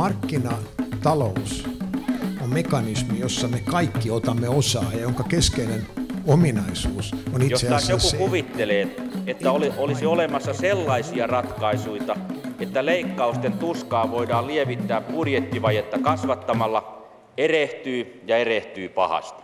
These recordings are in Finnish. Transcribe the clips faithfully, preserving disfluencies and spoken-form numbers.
Markkinatalous on mekanismi, jossa me kaikki otamme osaa ja jonka keskeinen ominaisuus on itse asiassa Jos se. joku kuvittelee, että oli, olisi olemassa sellaisia ratkaisuja, että leikkausten tuskaa voidaan lievittää budjettivajetta kasvattamalla, erehtyy ja erehtyy pahasti.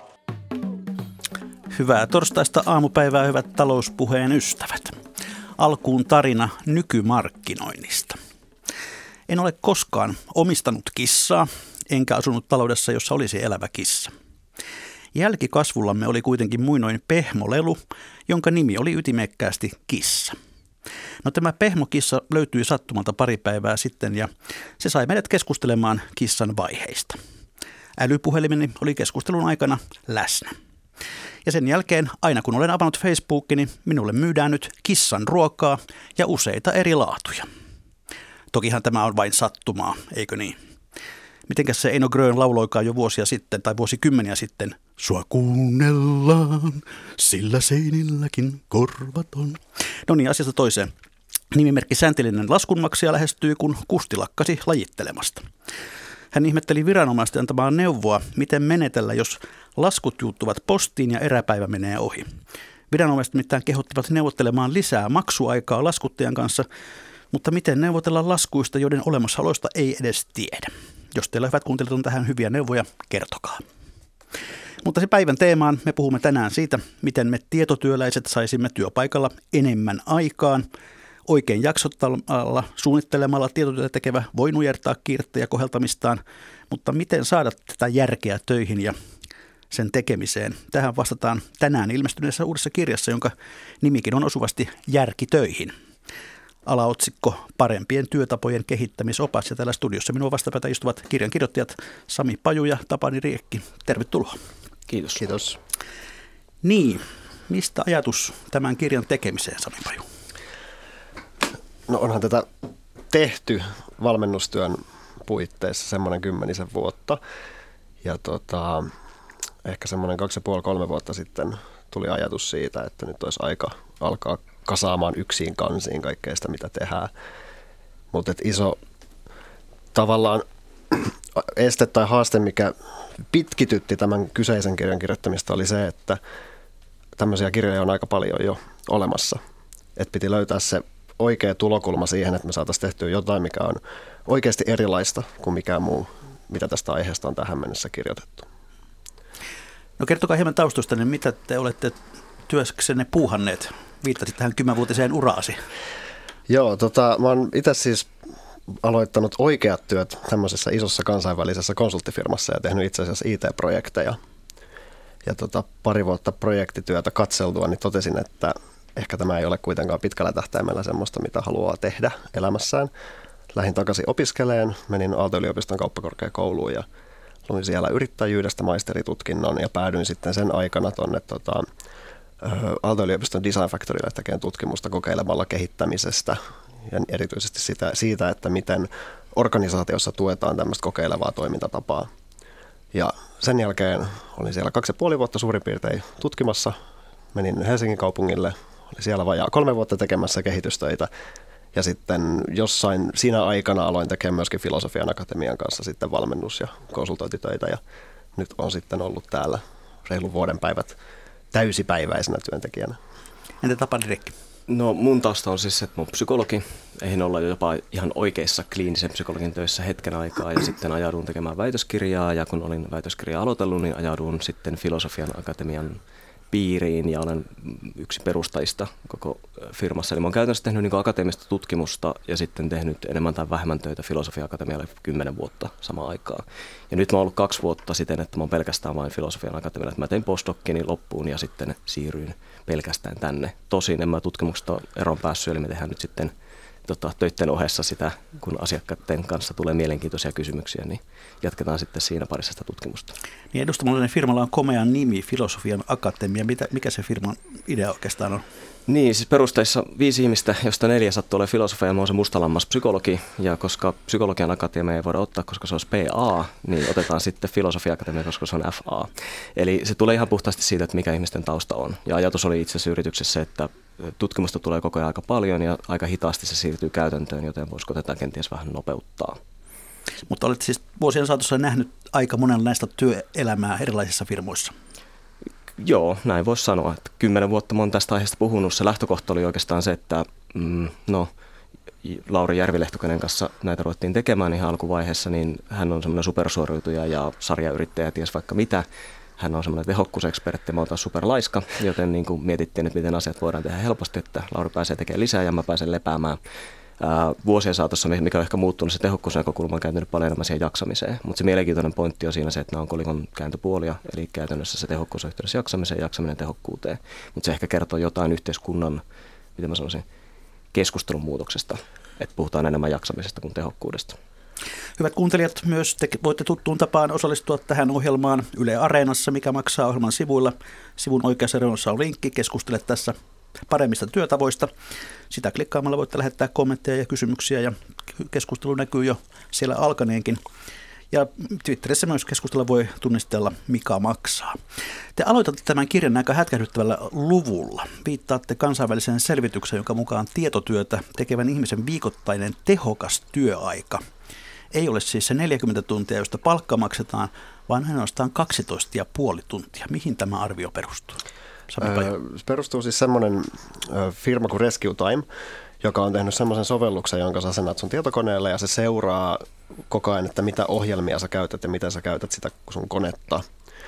Hyvää torstaista aamupäivää, hyvät talouspuheen ystävät. Alkuun tarina nykymarkkinoinnista. En ole koskaan omistanut kissaa, enkä asunut taloudessa, jossa olisi elävä kissa. Jälkikasvullamme oli kuitenkin muinoin pehmolelu, jonka nimi oli ytimekkäästi kissa. No tämä pehmokissa löytyi sattumalta pari päivää sitten ja se sai meidät keskustelemaan kissan vaiheista. Älypuhelimeni oli keskustelun aikana läsnä. Ja sen jälkeen, aina kun olen avannut Facebookini, minulle myydään nyt kissan ruokaa ja useita eri laatuja. Tokihan tämä on vain sattumaa, eikö niin? Mitenkäs se Eino Grön lauloikaan jo vuosia sitten tai vuosikymmeniä sitten? Sua kuunnellaan, sillä seinilläkin korvat on. No niin, asiasta toiseen. Nimimerkki Säntillinen laskunmaksaja lähestyi, kun Kusti lakkasi lajittelemasta. Hän ihmetteli viranomaisten antamaan neuvoa, miten menetellä, jos laskut juuttuvat postiin ja eräpäivä menee ohi. Viranomaiset mitään kehottivat neuvottelemaan lisää maksuaikaa laskuttajan kanssa, mutta miten neuvotella laskuista, joiden olemassaoloista ei edes tiedä? Jos teillä hyvät kuuntelijat on tähän hyviä neuvoja, kertokaa. Mutta se päivän teemaan me puhumme tänään siitä, miten me tietotyöläiset saisimme työpaikalla enemmän aikaan. Oikein jaksottamalla, suunnittelemalla tietotyötä tekevä voi nujertaa kiirettä ja koheltamistaan, mutta miten saada tätä järkeä töihin ja sen tekemiseen? Tähän vastataan tänään ilmestyneessä uudessa kirjassa, jonka nimikin on osuvasti Järki töihin. Alaotsikko Parempien työtapojen kehittämisopas, ja täällä studiossa minua vastapäätä istuvat kirjankirjoittajat Sami Paju ja Tapani Riekki. Tervetuloa. Kiitos. Kiitos. Niin, mistä ajatus tämän kirjan tekemiseen, Sami Paju? No onhan tätä tehty valmennustyön puitteissa semmoinen kymmenisen vuotta. Ja tota, ehkä semmoinen kaksi ja puoli, kolme vuotta sitten tuli ajatus siitä, että nyt olisi aika alkaa kasaamaan yksiin kansiin kaikkea sitä, mitä tehdään. Mutta iso tavallaan este tai haaste, mikä pitkitytti tämän kyseisen kirjan kirjoittamista, oli se, että tämmöisiä kirjoja on aika paljon jo olemassa. Että piti löytää se oikea tulokulma siihen, että me saataisiin tehtyä jotain, mikä on oikeasti erilaista kuin mikään muu, mitä tästä aiheesta on tähän mennessä kirjoitettu. No kertokaa hieman taustoista, niin mitä te olette työksenne puuhanneet? Viittasit tähän kymmenvuotiseen uraasi. Joo, tota, mä oon itse siis aloittanut oikeat työt tämmöisessä isossa kansainvälisessä konsulttifirmassa ja tehnyt itse asiassa I T-projekteja. Ja tota, pari vuotta projektityötä katseltua, niin totesin, että ehkä tämä ei ole kuitenkaan pitkällä tähtäimellä semmoista, mitä haluaa tehdä elämässään. Lähdin takaisin opiskeleen, menin Aalto-yliopiston kauppakorkeakouluun ja luin siellä yrittäjyydestä maisteritutkinnon ja päädyin sitten sen aikana tuonne tota, Aalto-yliopiston Design Factorylle tekemään tutkimusta kokeilemalla kehittämisestä ja erityisesti sitä, siitä, että miten organisaatiossa tuetaan tämmöistä kokeilevaa toimintatapaa. Ja sen jälkeen olin siellä kaksi ja puoli vuotta suurin piirtein tutkimassa, menin Helsingin kaupungille, olin siellä vajaa kolme vuotta tekemässä kehitystöitä ja sitten jossain siinä aikana aloin tekemään myöskin Filosofian Akatemian kanssa sitten valmennus- ja konsultointitöitä ja nyt on sitten ollut täällä reilun vuoden päivät täysipäiväisenä työntekijänä. Entä Tapani Riekki? No mun tausta on siis, että mä oon psykologi. Eihin olla jopa ihan oikeissa kliinisen psykologin töissä hetken aikaa ja sitten ajauduin tekemään väitöskirjaa ja kun olin väitöskirjaa aloitellut, niin ajauduin sitten Filosofian Akatemian piiriin ja olen yksi perustajista koko firmassa. Eli mä oon käytännössä tehnyt niin kuin akateemista tutkimusta ja sitten tehnyt enemmän tai vähemmän töitä Filosofian Akatemialle kymmenen vuotta samaan aikaan. Ja nyt mä oon ollut kaksi vuotta siten, että mä oon pelkästään vain Filosofian Akatemialle. Mä tein postdoccini loppuun ja sitten siirryin pelkästään tänne. Tosin en mä tutkimuksesta eroon päässyt, eli me tehdään nyt sitten tota, töitten ohessa sitä, kun asiakkaiden kanssa tulee mielenkiintoisia kysymyksiä, niin jatketaan sitten siinä parissa sitä tutkimusta. Niin edustamallinen firmalla on komea nimi, Filosofian Akatemia. Mitä, mikä se firman idea oikeastaan on? Niin, siis perusteissa viisi ihmistä, josta neljä sattuu olemaan filosofia ja mä oon se mustalammas psykologi. Ja koska psykologian akatemia ei voida ottaa, koska se on P A, niin otetaan sitten Filosofia Akatemia, koska se on F A. Eli se tulee ihan puhtaasti siitä, että mikä ihmisten tausta on. Ja ajatus oli itse asiassa yrityksessä, että tutkimusta tulee koko ajan aika paljon ja aika hitaasti se siirtyy käytäntöön, joten voisiko tätä kenties vähän nopeuttaa. Mutta olet siis vuosien saatossa nähnyt aika monenlaista työelämää erilaisissa firmoissa. Joo, näin voisi sanoa. Että kymmenen vuotta mä oon tästä aiheesta puhunut. Se lähtökohta oli oikeastaan se, että mm, no, Lauri Järvilehtokainen kanssa näitä ruvettiin tekemään ihan alkuvaiheessa, niin hän on semmoinen supersuoriutuja ja sarjayrittäjä, ties vaikka mitä. Hän on semmoinen tehokkuusekspertti, mä oon taas superlaiska, joten niin kuin mietittiin, että miten asiat voidaan tehdä helposti, että Lauri pääsee tekemään lisää ja mä pääsen lepäämään. Ää, vuosien saatossa, mikä on ehkä muuttunut, se tehokkuusnäkökulma on kääntynyt paljon enemmän siihen jaksamiseen, mutta se mielenkiintoinen pointti on siinä se, että nämä on kolikon kääntöpuolia, eli käytännössä se tehokkuus on yhteydessä jaksamiseen ja jaksaminen tehokkuuteen, mutta se ehkä kertoo jotain yhteiskunnan, miten mä sanoisin, keskustelun muutoksesta, että puhutaan enemmän jaksamisesta kuin tehokkuudesta. Hyvät kuuntelijat, myös te voitte tuttuun tapaan osallistua tähän ohjelmaan Yle Areenassa, mikä maksaa ohjelman sivuilla. Sivun oikeassa reunassa on linkki, keskustele tässä paremmista työtavoista. Sitä klikkaamalla voitte lähettää kommentteja ja kysymyksiä ja keskustelu näkyy jo siellä alkaneenkin. Ja Twitterissä myös keskustella voi tunnistella Mikä maksaa. Te aloitatte tämän kirjan aika hätkähdyttävällä luvulla. Viittaatte kansainväliseen selvitykseen, jonka mukaan tietotyötä tekevän ihmisen viikoittainen tehokas työaika ei ole siis se neljäkymmentä tuntia, josta palkka maksetaan, vaan ainoastaan kaksitoista pilkku viisi tuntia. Mihin tämä arvio perustuu? Öö, se perustuu siis semmoinen ö, firma kuin Rescue Time, joka on tehnyt semmoisen sovelluksen, jonka sä asennat sun tietokoneelle ja se seuraa koko ajan, että mitä ohjelmia sä käytät ja miten sä käytät sitä sun konetta.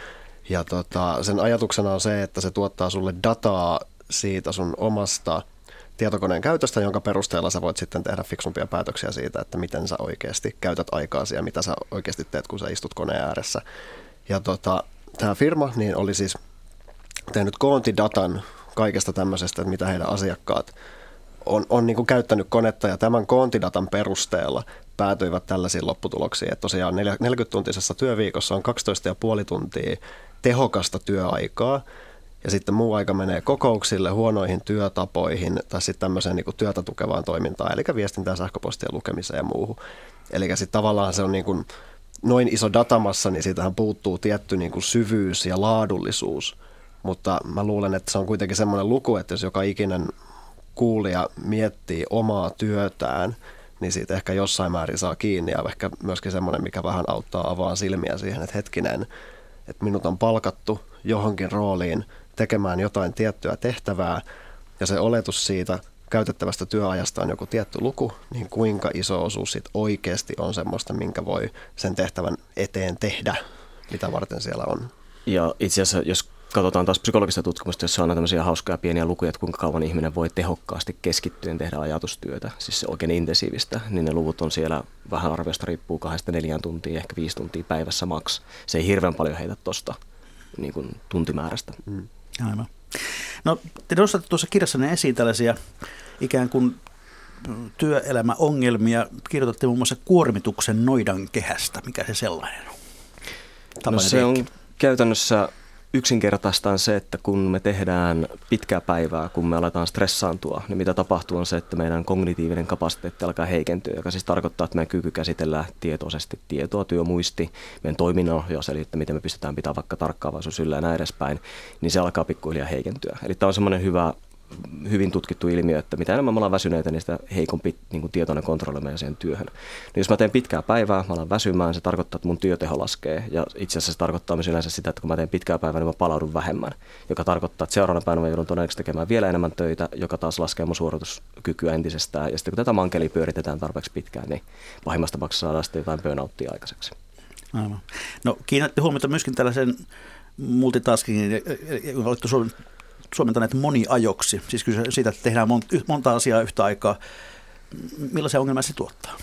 Ja tota, sen ajatuksena on se, että se tuottaa sulle dataa siitä sun omasta tietokoneen käytöstä, jonka perusteella sä voit sitten tehdä fiksumpia päätöksiä siitä, että miten sä oikeasti käytät aikaasi ja mitä sä oikeasti teet, kun sä istut koneen ääressä. Ja tota, tämä firma niin oli siis tehnyt koontidatan kaikesta tämmöisestä, että mitä heidän asiakkaat on, on niin kuin käyttänyt konetta, ja tämän koontidatan perusteella päätyivät tällaisiin lopputuloksiin, että tosiaan neljäkymmentätuntisessa työviikossa on kaksitoista pilkku viisi tuntia tehokasta työaikaa, ja sitten muu aika menee kokouksille, huonoihin työtapoihin tai sitten tämmöiseen niin kuin työtä tukevaan toimintaan, eli viestintään, sähköpostien lukemiseen ja muuhun. Eli sitten tavallaan se on niin kuin noin iso datamassa, niin siitähän puuttuu tietty niin kuin syvyys ja laadullisuus, mutta mä luulen, että se on kuitenkin semmoinen luku, että jos joka ikinen kuulija miettii omaa työtään, niin siitä ehkä jossain määrin saa kiinni, ja ehkä myöskin semmoinen, mikä vähän auttaa avaa silmiä siihen, että hetkinen, että minut on palkattu johonkin rooliin tekemään jotain tiettyä tehtävää, ja se oletus siitä käytettävästä työajasta on joku tietty luku, niin kuinka iso osuus siitä oikeasti on semmoista, minkä voi sen tehtävän eteen tehdä, mitä varten siellä on. Ja itse asiassa, jos katsotaan taas psykologista tutkimusta, jossa on tämmöisiä hauskoja pieniä lukuja, että kuinka kauan ihminen voi tehokkaasti keskittyen tehdä ajatustyötä, siis se oikein intensiivistä, niin ne luvut on siellä vähän arviosta riippuu kahdesta neljään tuntia, ehkä viisi tuntia päivässä maks. Se ei hirveän paljon heitä tuosta niin kuin tuntimäärästä. Mm. Aivan. No, te nostatte tuossa kirjassanne esiin tällaisia ikään kuin työelämäongelmia. Kirjoitatte muun muassa kuormituksen noidankehästä. Mikä se sellainen on? No se on käytännössä yksinkertaistaan se, että kun me tehdään pitkää päivää, kun me aletaan stressaantua, niin mitä tapahtuu on se, että meidän kognitiivinen kapasiteetti alkaa heikentyä, joka siis tarkoittaa, että meidän kyky käsitellään tietoisesti tietoa, työmuisti, meidän toiminnanohjaus, eli että miten me pystytään pitämään vaikka tarkkaavaisuus yllä ja näin edespäin, niin se alkaa pikkuhiljaa heikentyä. Eli tämä on semmoinen hyvä, hyvin tutkittu ilmiö, että mitä enemmän me ollaan väsyneitä, niin sitä heikompi niin kuin tietoinen kontrolli meidän siihen työhön. Niin jos mä teen pitkää päivää, mä alan väsymään, se tarkoittaa, että mun työteho laskee. Ja itse asiassa se tarkoittaa myös yleensä sitä, että kun mä teen pitkää päivää, niin mä palaudun vähemmän. Joka tarkoittaa, että seuraavana päivänä mä joudun todennäköisesti tekemään vielä enemmän töitä, joka taas laskee mun suorituskykyä entisestään. Ja sitten kun tätä mankeliä pyöritetään tarpeeksi pitkään, niin pahimmasta tapauksessa saadaan sitten jotain burnouttia aikaiseksi. Aivan. No kiinnitätte huomiota myöskin tällaisen multitaskingin, olette suomentaneet moniajoksi, siis kyse siitä, että tehdään monta asiaa yhtä aikaa. Millaisia ongelmia se tuottaa?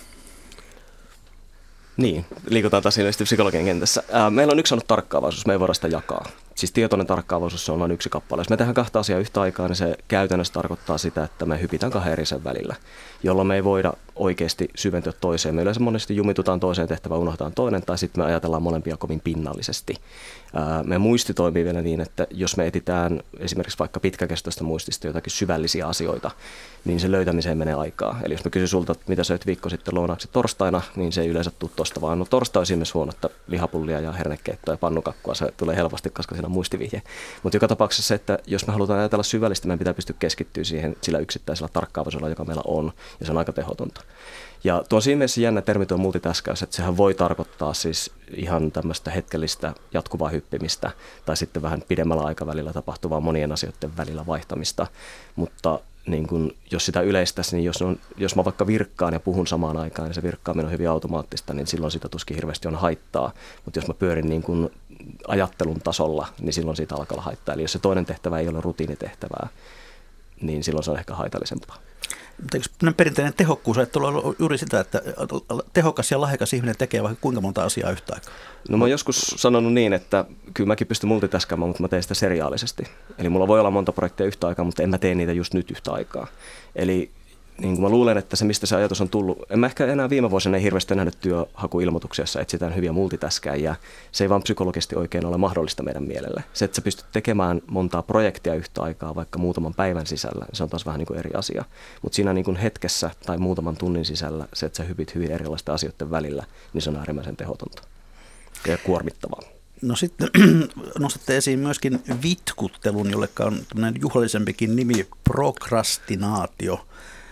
Niin, liikutaan taas ilmeisesti psykologian kentässä. Ää, meillä on yksi sanottu tarkkaavaisuus, me ei voida sitä jakaa. Siis tietoinen tarkkaavaisuus on vain yksi kappale. Jos me tehdään kahta asiaa yhtä aikaa, niin se käytännössä tarkoittaa sitä, että me hypitään kahden eri sen välillä, jolloin me ei voida oikeasti syventyä toiseen. Me yleensä monesti jumitutaan toiseen tehtävään, unohdetaan toinen, tai sitten me ajatellaan molempia kovin pinnallisesti. Ää, me muisti toimii vielä niin, että jos me etsitään esimerkiksi vaikka pitkäkestoista muistista jotakin syvällisiä asioita, niin se löytämiseen menee aikaa. Eli jos mä kysyn sulta, että mitä söit viikko sitten lounaaksi torstaina, niin se ei yleensä tule tosta, vaan no torstai on siinä huono, että lihapullia ja hernekeittoa ja pannukakkua, se tulee helposti, koska siinä pienenä muistivihje. Mutta joka tapauksessa se, että jos me halutaan ajatella syvällisesti, meidän pitää pystyä keskittyä siihen sillä yksittäisellä tarkkaavaisuudella, joka meillä on, ja se on aika tehotonta. Ja tuo siinä mielessä jännä termi tuo multitaskäys, että sehän voi tarkoittaa siis ihan tämmöistä hetkellistä jatkuvaa hyppimistä tai sitten vähän pidemmällä aikavälillä tapahtuvaa monien asioiden välillä vaihtamista, mutta niin kun, jos sitä yleistäisi, niin jos, on, jos mä vaikka virkkaan ja puhun samaan aikaan, niin se virkkaaminen on hyvin automaattista, niin silloin sitä tuskin hirveästi on haittaa. Mutta jos mä pyörin niin kun ajattelun tasolla, niin silloin siitä alkaa olla haittaa. Eli jos se toinen tehtävä ei ole rutiinitehtävää, niin silloin se on ehkä haitallisempaa. Mutta eikö perinteinen tehokkuusajattelu on juuri sitä, että tehokas ja lahjakas ihminen tekee vaikka kuinka monta asiaa yhtä aikaa? No mä oon joskus sanonut niin, että kyllä mäkin pystyn multitaskaamaan, mutta mä teen sitä seriaalisesti. Eli mulla voi olla monta projektia yhtä aikaa, mutta en mä tee niitä just nyt yhtä aikaa. Eli niin kuin mä luulen, että se mistä se ajatus on tullut, en mä ehkä enää viime vuosina ei hirveästi nähnyt työhakuilmoituksia, jossa etsitään hyviä multitaskäjiä. Se ei vaan psykologisesti oikein ole mahdollista meidän mielelle. Se, että sä pystyt tekemään montaa projektia yhtä aikaa vaikka muutaman päivän sisällä, se on taas vähän niin kuin eri asia. Mutta siinä niin kuin hetkessä tai muutaman tunnin sisällä se, että sä hypit hyvin erilaisten asioiden välillä, niin se on äärimmäisen tehotonta ja kuormittavaa. No sitten nostatte esiin myöskin vitkuttelun, jolle on tämmöinen juhlallisempikin nimi, prokrastinaatio.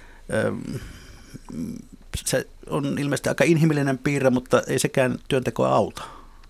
Se on ilmeisesti aika inhimillinen piirre, mutta ei sekään työntekoa auta.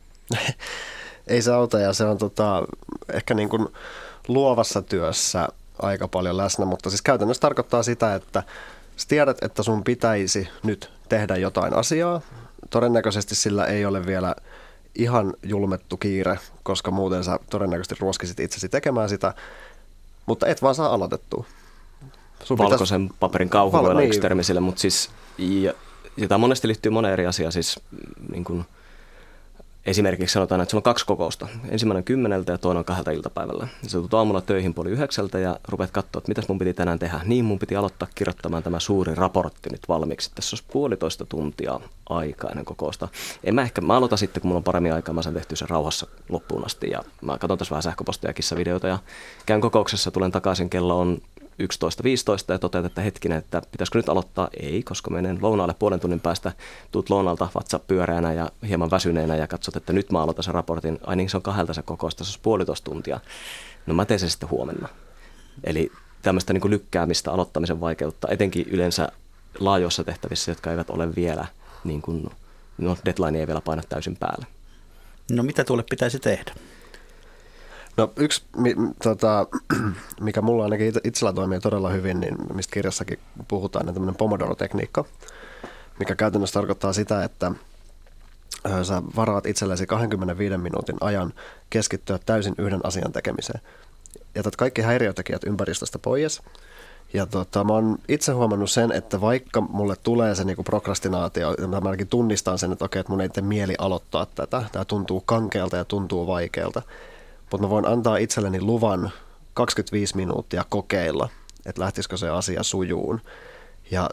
Ei se auta ja se on tota, ehkä niin kuin luovassa työssä aika paljon läsnä, mutta siis käytännössä tarkoittaa sitä, että sä tiedät, että sun pitäisi nyt tehdä jotain asiaa. Todennäköisesti sillä ei ole vielä ihan julmettu kiire, koska muuten sä todennäköisesti ruoskisit itsesi tekemään sitä, mutta et vaan saa aloitettua. Sun valkoisen pitäisi paperin kauhu voi olla yksi termi sille, mutta siis, ja, ja tämä monesti liittyy moneen eri asiaan, siis niin kuin esimerkiksi sanotaan, että sulla on kaksi kokousta, ensimmäinen kymmeneltä ja toinen on kahdelta iltapäivällä. Sä tulet aamulla töihin puoli yhdeksältä ja rupeat katsoa, että mitäs mun piti tänään tehdä. Niin mun piti aloittaa kirjoittamaan tämä suuri raportti nyt valmiiksi. Tässä olisi puolitoista tuntia aikaa ennen kokousta. En mä ehkä, mä aloitan sitten, kun mulla on paremmin aikaa, mä saan tehtyä sen rauhassa loppuun asti ja mä katson tässä vähän sähköpostia ja kissavideoita ja käyn kokouksessa, tulen takaisin, kello on yksitoista viisitoista ja toteat, että hetkinen, että pitäisikö nyt aloittaa? Ei, koska menen lounaalle puolen tunnin päästä, tuut lounaalta vatsa pyöreänä ja hieman väsyneenä ja katsot, että nyt mä aloitan sen raportin. Ai niin, se on kahdelta se kokousta, se on puolitoista tuntia. No mä teen sen sitten huomenna. Eli tämmöistä niin kuin lykkäämistä, aloittamisen vaikeutta, etenkin yleensä laajoissa tehtävissä, jotka eivät ole vielä, niin kuin, no deadline ei vielä paina täysin päälle. No mitä tuolle pitäisi tehdä? No yksi, mi, tota, mikä mulla ainakin itsellä toimii todella hyvin, niin mistä kirjassakin puhutaan, niin tämmöinen Pomodoro-tekniikka, mikä käytännössä tarkoittaa sitä, että sä varaat itsellesi kaksikymmentäviisi minuutin ajan keskittyä täysin yhden asian tekemiseen. Jätät kaikki häiriötekijät ympäristöstä pois. Ja tota, mä oon itse huomannut sen, että vaikka mulle tulee se niinku prokrastinaatio, ja mä ainakin tunnistan sen, että okei, että mun ei tee mieli aloittaa tätä, tää tuntuu kankealta ja tuntuu vaikealta, mutta mä voin antaa itselleni luvan kaksikymmentäviisi minuuttia kokeilla, että lähtisikö se asia sujuun. Ja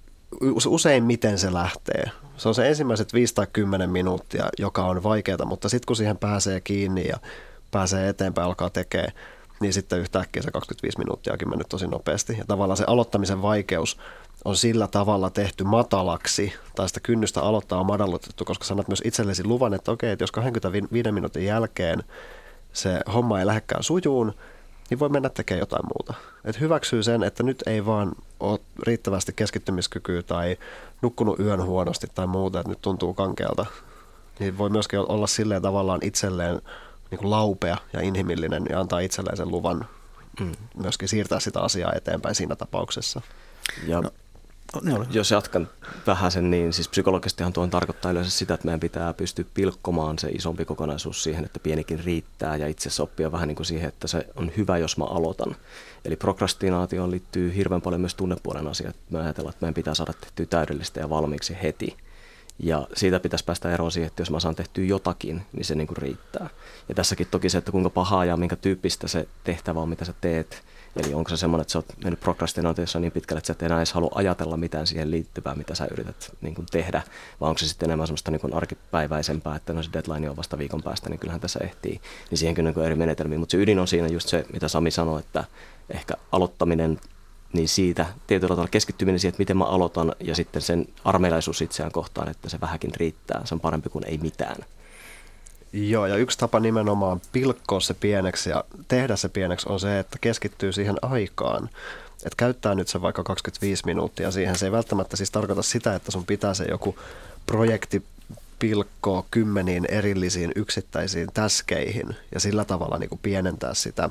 useimmiten se lähtee. Se on se ensimmäiset viisi tai kymmenen minuuttia, joka on vaikeaa, mutta sitten kun siihen pääsee kiinni ja pääsee eteenpäin, alkaa tekemään, niin sitten yhtäkkiä se kaksikymmentäviisi minuuttiakin mennyt tosi nopeasti. Ja tavallaan se aloittamisen vaikeus on sillä tavalla tehty matalaksi, tai sitä kynnystä aloittaa on madallutettu, koska sanot myös itsellesi luvan, että okei, että jos kaksikymmentäviisi minuutin jälkeen se homma ei lähdekään sujuun, niin voi mennä tekemään jotain muuta. Et hyväksyy sen, että nyt ei vaan ole riittävästi keskittymiskykyä tai nukkunut yön huonosti tai muuta, että nyt tuntuu kankealta. Niin voi myöskin olla silleen tavallaan itselleen niin kuin laupea ja inhimillinen ja antaa itselleen sen luvan mm. myöskin siirtää sitä asiaa eteenpäin siinä tapauksessa. Ja no, no, jos jatkan vähän sen, niin siis psykologistihan tuon tarkoittaa yleensä sitä, että meidän pitää pystyä pilkkomaan se isompi kokonaisuus siihen, että pienikin riittää ja itse asiassa oppia vähän niin kuin siihen, että se on hyvä, jos mä aloitan. Eli prokrastinaatioon liittyy hirveän paljon myös tunnepuolen asiat. Me ajatellaan, että meidän pitää saada tehtyä täydellistä ja valmiiksi heti. Ja siitä pitäisi päästä eroon siihen, että jos mä saan tehtyä jotakin, niin se niin kuin riittää. Ja tässäkin toki se, että kuinka pahaa ja minkä tyyppistä se tehtävä on, mitä sä teet. Eli onko se semmoinen, että sä oot mennyt prokrastinaatiossa niin pitkälle, että sä et enää edes halua ajatella mitään siihen liittyvää, mitä sä yrität niin kuin tehdä. Vai onko se sitten enemmän semmoista niin kuin arkipäiväisempää, että no se deadline on vasta viikon päästä, niin kyllähän tässä ehtii. Niin siihen kyllä niin eri menetelmiä. Mutta se ydin on siinä just se, mitä Sami sanoi, että ehkä aloittaminen, niin siitä tietyllä tavalla keskittyminen siihen, että miten mä aloitan ja sitten sen armeilaisuus itseään kohtaan, että se vähänkin riittää. Se on parempi kuin ei mitään. Joo, ja yksi tapa nimenomaan pilkkoa se pieneksi ja tehdä se pieneksi on se, että keskittyy siihen aikaan. Että käyttää nyt se vaikka kaksikymmentäviisi minuuttia siihen. Se ei välttämättä siis tarkoita sitä, että sun pitää se joku projekti pilkkoa kymmeniin erillisiin yksittäisiin täskeihin ja sillä tavalla niin kuin pienentää sitä,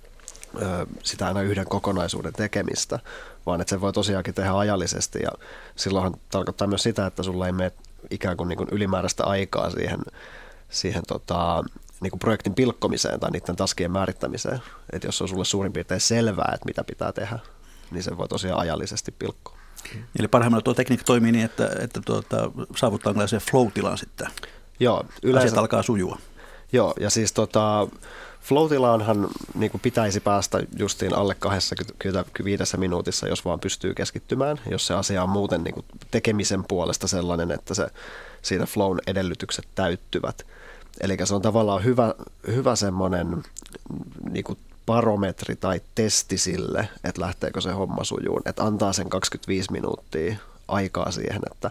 sitä aina yhden kokonaisuuden tekemistä, vaan että se voi tosiaankin tehdä ajallisesti ja silloinhan tarkoittaa myös sitä, että sulla ei mene ikään kuin, niin kuin ylimääräistä aikaa siihen, siihen tota, niin kuin projektin pilkkomiseen tai niiden taskien määrittämiseen. Että jos on sulle suurin piirtein selvää, että mitä pitää tehdä, niin se voi tosiaan ajallisesti pilkkoa. Eli parhaimmillaan tuo tekniikka toimii niin, että, että tuota, saavuttaa tällaisen flow-tilan sitten. Joo, yleensä, asiat alkaa sujua. Joo, ja siis tota, flow-tilaanhan niin kuin pitäisi päästä justiin alle kaksikymmentäviisi minuutissa, jos vaan pystyy keskittymään, jos se asia on muuten niin kuin tekemisen puolesta sellainen, että se, siitä flown edellytykset täyttyvät. Eli se on tavallaan hyvä, hyvä semmoinen niin kuin barometri tai testi sille, että lähteekö se homma sujuun, että antaa sen kaksikymmentäviisi minuuttia aikaa siihen, että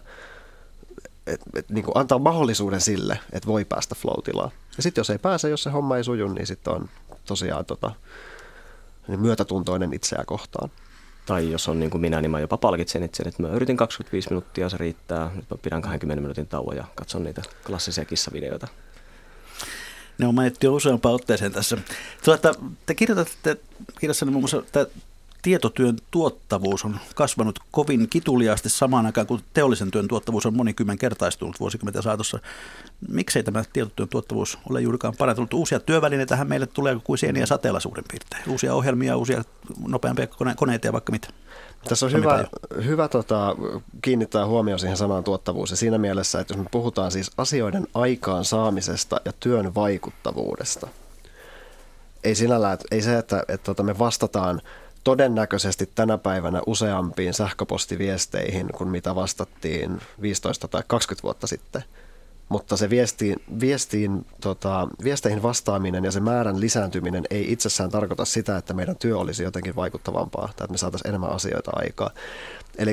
et, et, niin kuin antaa mahdollisuuden sille, että voi päästä flow-tilaan. Ja sitten jos ei pääse, jos se homma ei suju, niin sitten on tosiaan tota, niin myötätuntoinen itseä kohtaan. Tai jos on niin kuin minä, niin mä jopa palkitsen itse, että mä yritin kaksikymmentäviisi minuuttia, se riittää. Nyt mä pidän kaksikymmentä minuutin tauon ja katson niitä klassisia kissavideoita. Ne on mainittu jo useampaan otteeseen tässä. Tuota, te kirjoitatte kirjassanne muun muassa, että tietotyön tuottavuus on kasvanut kovin kituliaasti samaan aikaan, kun teollisen työn tuottavuus on monikymmenkertaistunut vuosikymmenten saatossa. Miksei tämä tietotyön tuottavuus ole juurikaan parantunut? Uusia työvälineitähän meille tulee kuin sieniä sateella suurin piirtein. Uusia ohjelmia, uusia nopeampia koneita ja vaikka mitä. Tässä on hyvä, hyvä tota, kiinnittää huomioon siihen sanaan tuottavuus ja siinä mielessä, että jos me puhutaan siis asioiden aikaan saamisesta ja työn vaikuttavuudesta. Ei sinällään, ei se, että, että, että me vastataan todennäköisesti tänä päivänä useampiin sähköpostiviesteihin kuin mitä vastattiin viisitoista tai kaksikymmentä vuotta sitten. Mutta se viestiin, viestiin, tota, viesteihin vastaaminen ja se määrän lisääntyminen ei itsessään tarkoita sitä, että meidän työ olisi jotenkin vaikuttavampaa tai että me saataisiin enemmän asioita aikaa. Eli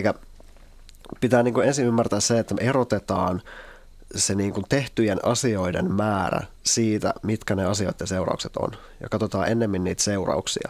pitää niin kuin ensin ymmärtää se, että me erotetaan se niin kuin tehtyjen asioiden määrä siitä, mitkä ne asioiden seuraukset on. Ja katsotaan ennemmin niitä seurauksia.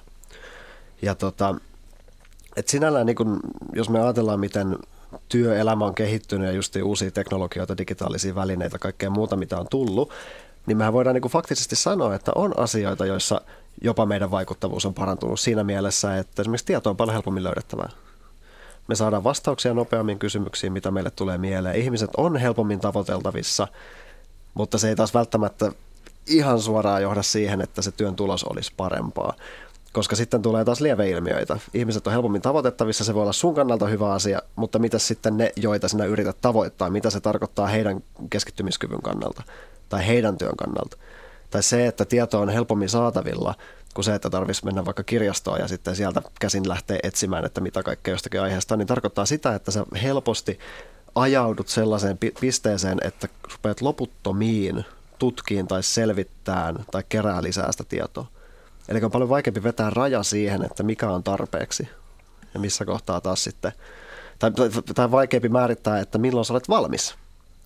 Ja tota, et sinällään, niin kun, jos me ajatellaan, miten työelämä on kehittynyt ja just uusia teknologioita, digitaalisia välineitä, kaikkea muuta, mitä on tullut, niin mehän voidaan niin kun faktisesti sanoa, että on asioita, joissa jopa meidän vaikuttavuus on parantunut siinä mielessä, että esimerkiksi tieto on paljon helpommin löydettävää. Me saadaan vastauksia nopeammin kysymyksiin, mitä meille tulee mieleen. Ihmiset on helpommin tavoiteltavissa, mutta se ei taas välttämättä ihan suoraan johda siihen, että se työn tulos olisi parempaa. Koska sitten tulee taas lieveilmiöitä. Ihmiset on helpommin tavoitettavissa, se voi olla sun kannalta hyvä asia, mutta mitä sitten ne, joita sinä yrität tavoittaa, mitä se tarkoittaa heidän keskittymiskyvyn kannalta tai heidän työn kannalta. Tai se, että tieto on helpommin saatavilla kuin se, että tarvitsisi mennä vaikka kirjastoon ja sitten sieltä käsin lähteä etsimään, että mitä kaikkea jostakin aiheesta on, niin tarkoittaa sitä, että sä helposti ajaudut sellaiseen pisteeseen, että rupeat loputtomiin tutkiin tai selvittämään tai kerää lisää sitä tietoa. Eli on paljon vaikeampi vetää raja siihen, että mikä on tarpeeksi ja missä kohtaa taas sitten, tai, tai, tai vaikeampi määrittää, että milloin sä olet valmis.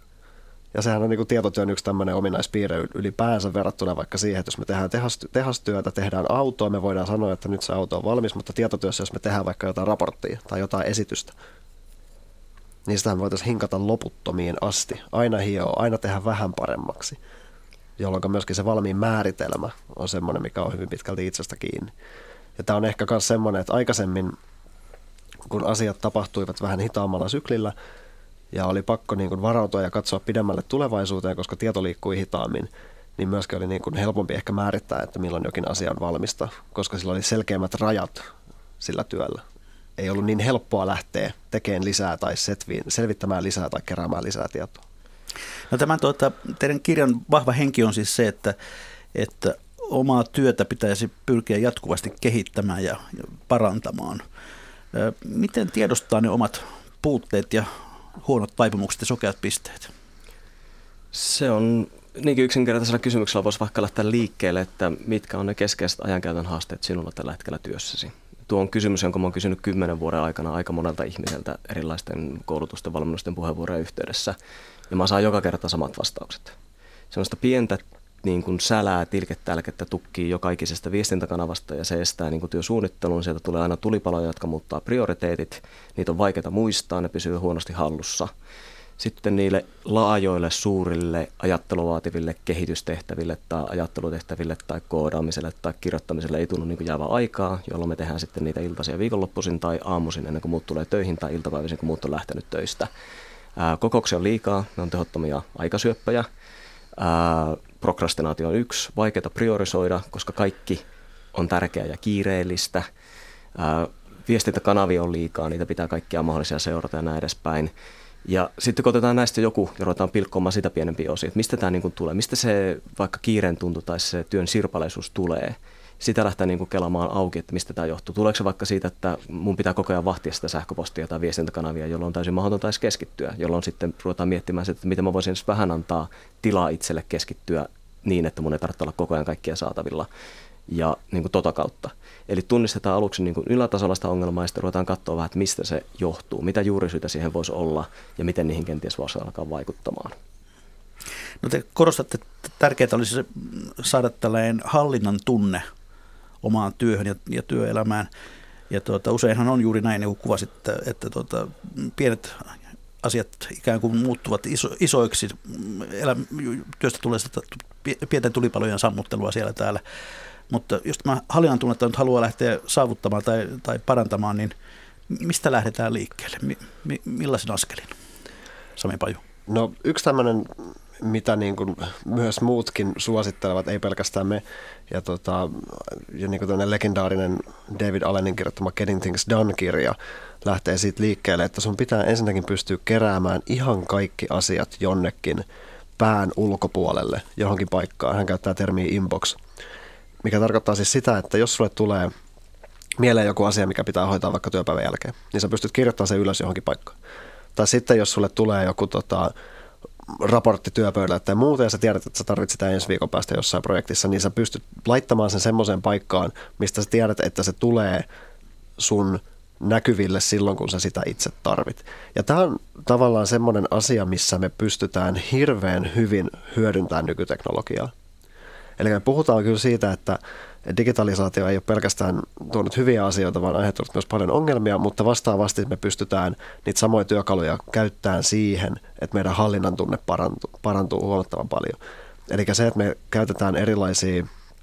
Ja sehän on niin kuin tietotyön yksi tämmöinen ominaispiirre ylipäänsä verrattuna vaikka siihen, että jos me tehdään tehastyötä, tehdään autoa, me voidaan sanoa, että nyt se auto on valmis, mutta tietotyössä, jos me tehdään vaikka jotain raporttia tai jotain esitystä, niin sitähän voitaisiin hinkata loputtomiin asti, aina hioa, aina tehdä vähän paremmaksi, jolloin myöskin se valmiin määritelmä on semmoinen, mikä on hyvin pitkälti itsestä kiinni. Ja tämä on ehkä myös semmoinen, että aikaisemmin, kun asiat tapahtuivat vähän hitaammalla syklillä, ja oli pakko niin kuin varautua ja katsoa pidemmälle tulevaisuuteen, koska tieto liikkui hitaammin, niin myöskin oli niin kuin helpompi ehkä määrittää, että milloin jokin asia on valmista, koska sillä oli selkeämmät rajat sillä työllä. Ei ollut niin helppoa lähteä tekemään lisää tai setviin, selvittämään lisää tai keräämään lisää tietoa. No tämän tuota, teidän kirjan vahva henki on siis se, että, että omaa työtä pitäisi pyrkiä jatkuvasti kehittämään ja, ja parantamaan. Miten tiedostaa ne omat puutteet ja huonot taipumukset ja sokeat pisteet? Se on niinkin yksinkertaisella kysymyksellä voisi vaikka lähteä liikkeelle, että mitkä on ne keskeiset ajankäytön haasteet sinulla tällä hetkellä työssäsi. Tuo on kysymys, jonka mä oon kysynyt kymmenen vuoden aikana aika monelta ihmiseltä erilaisten koulutusten, valmennusten, puheenvuorojen yhteydessä. Ja mä saan joka kerta samat vastaukset. Sellaista pientä niin kuin sälää, tilketälkettä tukkii joka ikisestä viestintäkanavasta ja se estää niin kuin työsuunnittelun. Sieltä tulee aina tulipaloja, jotka muuttaa prioriteetit. Niitä on vaikeaa muistaa, ne pysyy huonosti hallussa. Sitten niille laajoille, suurille, ajatteluvaativille kehitystehtäville tai ajattelutehtäville tai koodaamiselle tai kirjoittamiselle ei tunnu niin kuin jäävää aikaa, jolloin me tehdään sitten niitä iltaisia viikonloppuisin tai aamuisin ennen kuin muut tulee töihin tai iltapäivisin, kun muut on lähtenyt töistä. Ää, kokouksia on liikaa, ne on tehottomia aikasyöppöjä. Ää, prokrastinaatio on yksi, vaikeaa priorisoida, koska kaikki on tärkeää ja kiireellistä. Ää, viestintäkanavia on liikaa, niitä pitää kaikkia mahdollisia seurata ja näin edespäin. Ja sitten kun otetaan näistä joku ja ruvetaan pilkkomaan sitä pienempiä osia, että mistä tämä niin kuin tulee, mistä se vaikka kiireen tuntu tai se työn sirpaleisuus tulee, sitä lähtee niin kuin kelaamaan auki, että mistä tämä johtuu. Tuleeko se vaikka siitä, että mun pitää koko ajan vahtia sitä sähköpostia tai viestintäkanavia, jolloin on täysin mahdotonta edes keskittyä, jolloin sitten ruvetaan miettimään sitä, että miten mä voisin vähän antaa tilaa itselle keskittyä niin, että mun ei tarvitse olla koko ajan kaikkia saatavilla ja niin kuin tota kautta. Eli tunnistetaan aluksi niin kuin ylätasolla sitä ongelmaa ja sitten ruvetaan katsoa vähän, että mistä se johtuu, mitä juurisyitä siihen voisi olla ja miten niihin kenties voisi alkaa vaikuttamaan. No te korostatte, että tärkeää olisi se saada tällainen hallinnan tunne omaan työhön ja, ja työelämään. Ja tuota, useinhan on juuri näin, niin kuin kuvasit, että, että tuota, pienet asiat ikään kuin muuttuvat iso, isoiksi. Elä, työstä tulee sitä pienten tulipalojen sammuttelua siellä täällä. Mutta jos tämä hallinnan tunnetta nyt haluaa lähteä saavuttamaan tai, tai parantamaan, niin mistä lähdetään liikkeelle? Mi, mi, millaisen askelin? Sami Paju. No yksi tämmöinen, mitä niin kuin myös muutkin suosittelevat, ei pelkästään me, ja, tota, ja niin kuin tämmöinen legendaarinen David Allenin kirjoittama Getting Things Done-kirja lähtee siitä liikkeelle, että sun pitää ensinnäkin pystyä keräämään ihan kaikki asiat jonnekin pään ulkopuolelle, johonkin paikkaan. Hän käyttää termiä inbox, mikä tarkoittaa siis sitä, että jos sulle tulee mieleen joku asia, mikä pitää hoitaa vaikka työpäivän jälkeen, niin sä pystyt kirjoittamaan sen ylös johonkin paikkaan. Tai sitten jos sulle tulee joku tota, raportti työpöydälle tai muuta, ja sä tiedät, että sä tarvitset sitä ensi viikon päästä jossain projektissa, niin sä pystyt laittamaan sen semmoiseen paikkaan, mistä sä tiedät, että se tulee sun näkyville silloin, kun sä sitä itse tarvit. Ja tämä on tavallaan semmoinen asia, missä me pystytään hirveän hyvin hyödyntämään nykyteknologiaa. Eli me puhutaan kyllä siitä, että digitalisaatio ei ole pelkästään tuonut hyviä asioita, vaan aiheuttanut myös paljon ongelmia, mutta vastaavasti me pystytään niitä samoja työkaluja käyttämään siihen, että meidän hallinnan tunne parantuu, parantuu huomattavan paljon. Eli se, että me käytetään erilaisia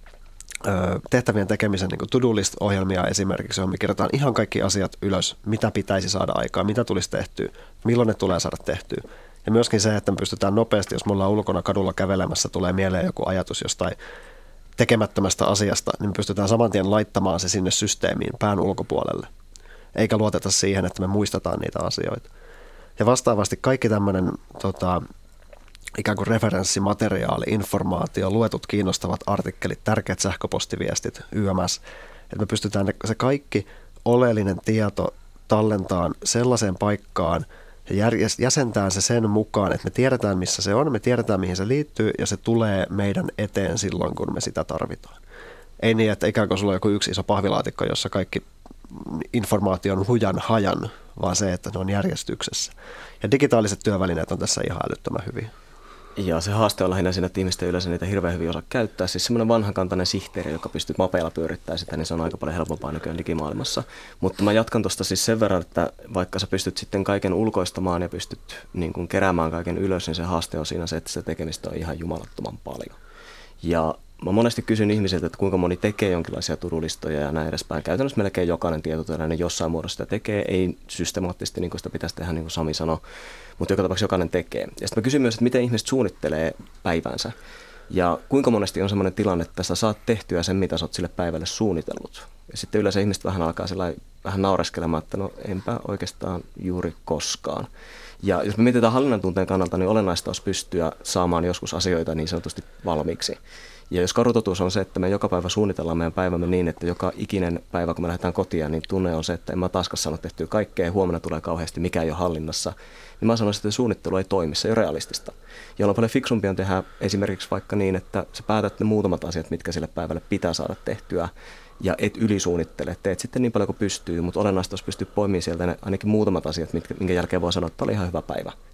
ö, tehtävien tekemisen niin kuin to-do-list-ohjelmia esimerkiksi, johon me kirjoitetaan ihan kaikki asiat ylös, mitä pitäisi saada aikaan, mitä tulisi tehtyä, milloin ne tulee saada tehtyä. Ja myöskin se, että me pystytään nopeasti, jos me ollaan ulkona kadulla kävelemässä, tulee mieleen joku ajatus jostain tekemättömästä asiasta, niin me pystytään saman tien laittamaan se sinne systeemiin pään ulkopuolelle. Eikä luoteta siihen, että me muistetaan niitä asioita. Ja vastaavasti kaikki tämmöinen tota, ikään kuin referenssimateriaali, informaatio, luetut kiinnostavat artikkelit, tärkeät sähköpostiviestit, Y M S, että me pystytään se kaikki oleellinen tieto tallentaan sellaiseen paikkaan, ja jäsentää se sen mukaan, että me tiedetään, missä se on, me tiedetään, mihin se liittyy, ja se tulee meidän eteen silloin, kun me sitä tarvitaan. Ei niin, että ikään kuin sulla on joku yksi iso pahvilaatikko, jossa kaikki informaatio on hujan hajan, vaan se, että ne on järjestyksessä. Ja digitaaliset työvälineet on tässä ihan älyttömän hyviä. Ja se haaste on lähinnä siinä, että ihmiset ei yleensä niitä hirveän hyvin osaa käyttää. Siis semmoinen vanhakantainen sihteeri, joka pystyy mapeilla pyörittämään sitä, niin se on aika paljon helpompaa nykyään digimaailmassa. Mutta mä jatkan tuosta siis sen verran, että vaikka sä pystyt sitten kaiken ulkoistamaan ja pystyt niin kun keräämään kaiken ylös, niin se haaste on siinä se, että se tekemistä on ihan jumalattoman paljon. Ja mä monesti kysyn ihmisiltä, että kuinka moni tekee jonkinlaisia turulistoja ja näin edespäin. Käytännössä melkein jokainen tietotyöläinen jossain muodossa sitä tekee, ei systemaattisesti niin kuin sitä pitäisi tehdä, niin kuin Sami sanoi, mutta joka tapauksessa jokainen tekee. Ja sitten mä kysyn myös, että miten ihmiset suunnittelee päivänsä ja kuinka monesti on sellainen tilanne, että sä saat tehtyä sen, mitä sä oot sille päivälle suunnitellut. Ja sitten yleensä ihmiset vähän alkaa vähän naureskelemaan, että no enpä oikeastaan juuri koskaan. Ja jos me mietitään hallinnan tunteen kannalta, niin olennaista olisi pystyä saamaan joskus asioita niin sanotusti valmiiksi. Ja jos karutotuus on se, että me joka päivä suunnitellaan meidän päivämme niin, että joka ikinen päivä, kun me lähdetään kotiin, niin tunne on se, että en mä taaskaan saanut tehtyä kaikkea, huomenna tulee kauheasti, mikä ei ole hallinnassa, niin mä sanoisin, että suunnittelu ei toimi, se ei ole realistista. Ja on paljon fiksumpia tehdä esimerkiksi vaikka niin, että sä päätät ne muutamat asiat, mitkä sille päivälle pitää saada tehtyä, ja et ylisuunnittele, teet sitten niin paljon kuin pystyy, mutta olennaista olisi pystyä poimimaan sieltä ne ainakin muutamat asiat, mitkä, minkä jälkeen voi sanoa, että tämä oli ihan hyvä päivä.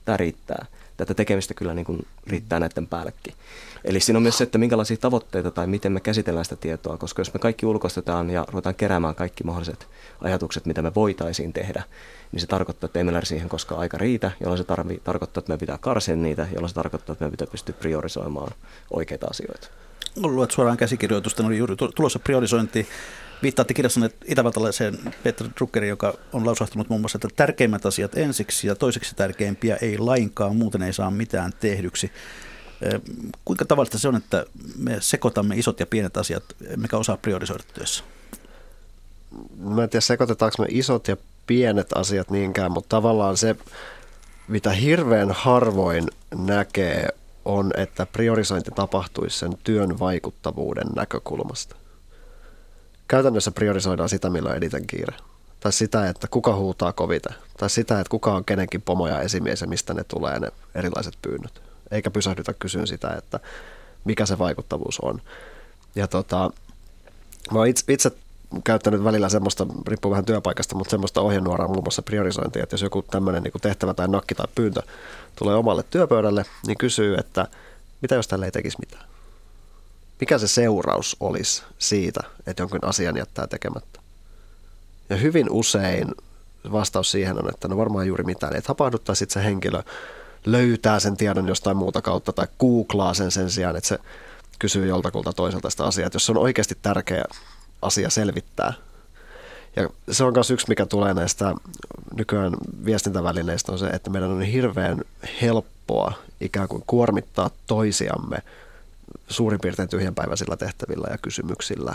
tämä riittää. Tätä tekemistä kyllä niin kuin riittää näiden päällekin. Eli siinä on myös se, että minkälaisia tavoitteita tai miten me käsitellään sitä tietoa, koska jos me kaikki ulkoistetaan ja ruvetaan keräämään kaikki mahdolliset ajatukset, mitä me voitaisiin tehdä, niin se tarkoittaa, että ei meillä siihen koskaan aika riitä, jolloin se tarvii, tarkoittaa, että me pitää karsia niitä, jolloin se tarkoittaa, että me pitää pystyä priorisoimaan oikeita asioita. Luet suoraan käsikirjoitusta, oli juuri tulossa priorisointi. Viittaatte kirjassanne itävaltalaiseen Peter Druckeriin, joka on lausahtunut muun muassa, että tärkeimmät asiat ensiksi ja toiseksi tärkeimpiä ei lainkaan, muuten ei saa mitään tehdyksi. Kuinka tavallista se on, että me sekoitamme isot ja pienet asiat, emmekä osaa priorisoida työssä? Mä en tiedä, sekoitetaanko me isot ja pienet asiat niinkään, mutta tavallaan se, mitä hirveän harvoin näkee, on, että priorisointi tapahtuisi sen työn vaikuttavuuden näkökulmasta. Käytännössä priorisoidaan sitä, millä on eniten kiire. Tai sitä, että kuka huutaa kovita. Tai sitä, että kuka on kenenkin pomoja esimies ja mistä ne tulee ne erilaiset pyynnöt. Eikä pysähdytä kysyä sitä, että mikä se vaikuttavuus on. Ja tota, mä oon itse, itse käyttänyt välillä semmoista, riippuu vähän työpaikasta, mutta semmoista ohjenuoraa muun muassa priorisointia, että jos joku tämmöinen niin kuin tehtävä tai nakki tai pyyntö tulee omalle työpöydälle, niin kysyy, että mitä jos tällä ei tekisi mitään? Mikä se seuraus olisi siitä, että jonkin asian jättää tekemättä? Ja hyvin usein vastaus siihen on, että no varmaan juuri mitään ei tapahdu, tai sitten se henkilö löytää sen tiedon jostain muuta kautta tai googlaa sen sen sijaan, että se kysyy joltakulta toiselta sitä asiaa, että jos se on oikeasti tärkeä asia selvittää. Ja se on myös yksi, mikä tulee näistä nykyään viestintävälineistä, on se, että meidän on hirveän helppoa ikään kuin kuormittaa toisiamme suurin piirtein tyhjänpäiväisillä tehtävillä ja kysymyksillä.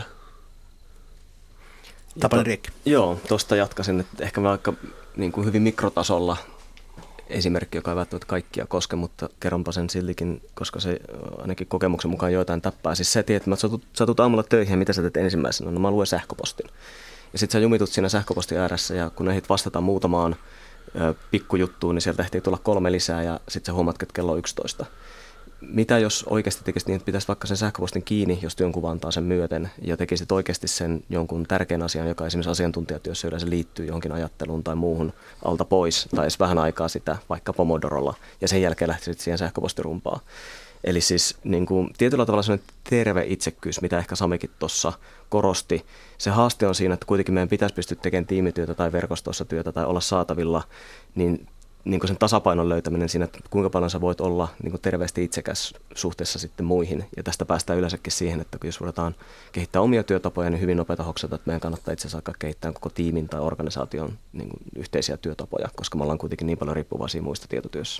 Tapani Riekki. Joo, tuosta jatkasin, että ehkä vaikka niin kuin hyvin mikrotasolla esimerkki, joka ei välttämättä kaikkia koske, mutta kerronpa sen siltikin, koska se ainakin kokemuksen mukaan joitain tappaa. Siis sä tiedät, että satut, satut aamulla töihin ja mitä sä teet ensimmäisenä? No mä luen sähköpostin. Ja sit sä jumitut siinä sähköpostin ääressä ja kun ehdit vastata muutamaan ö, pikkujuttuun, niin sieltä ehtii tulla kolme lisää ja sit sä huomaat, että kello on yksitoista. Mitä jos oikeasti tekisit niin, että pitäisi vaikka sen sähköpostin kiinni, jos työnkuva antaa sen myöten, ja tekisit oikeasti sen jonkun tärkeän asian, joka esimerkiksi asiantuntijatyössä yleensä liittyy johonkin ajatteluun tai muuhun alta pois, tai edes vähän aikaa sitä vaikka Pomodorolla, ja sen jälkeen lähtisit siihen sähköpostirumpaan. Eli siis niin kuin, tietyllä tavalla sellainen terve itsekkyys, mitä ehkä Samikin tuossa korosti. Se haaste on siinä, että kuitenkin meidän pitäisi pystyä tekemään tiimityötä tai verkostossa työtä tai olla saatavilla, niin niin kuin sen tasapainon löytäminen siinä, että kuinka paljon sä voit olla niin kuin terveesti itsekäs suhteessa sitten muihin. Ja tästä päästään yleensäkin siihen, että jos ruvetaan kehittää omia työtapoja, niin hyvin nopeata hoksata, että meidän kannattaa itse asiassa alkaa kehittää koko tiimin tai organisaation niin kuin yhteisiä työtapoja, koska me ollaan kuitenkin niin paljon riippuvaisia muista tietotyössä.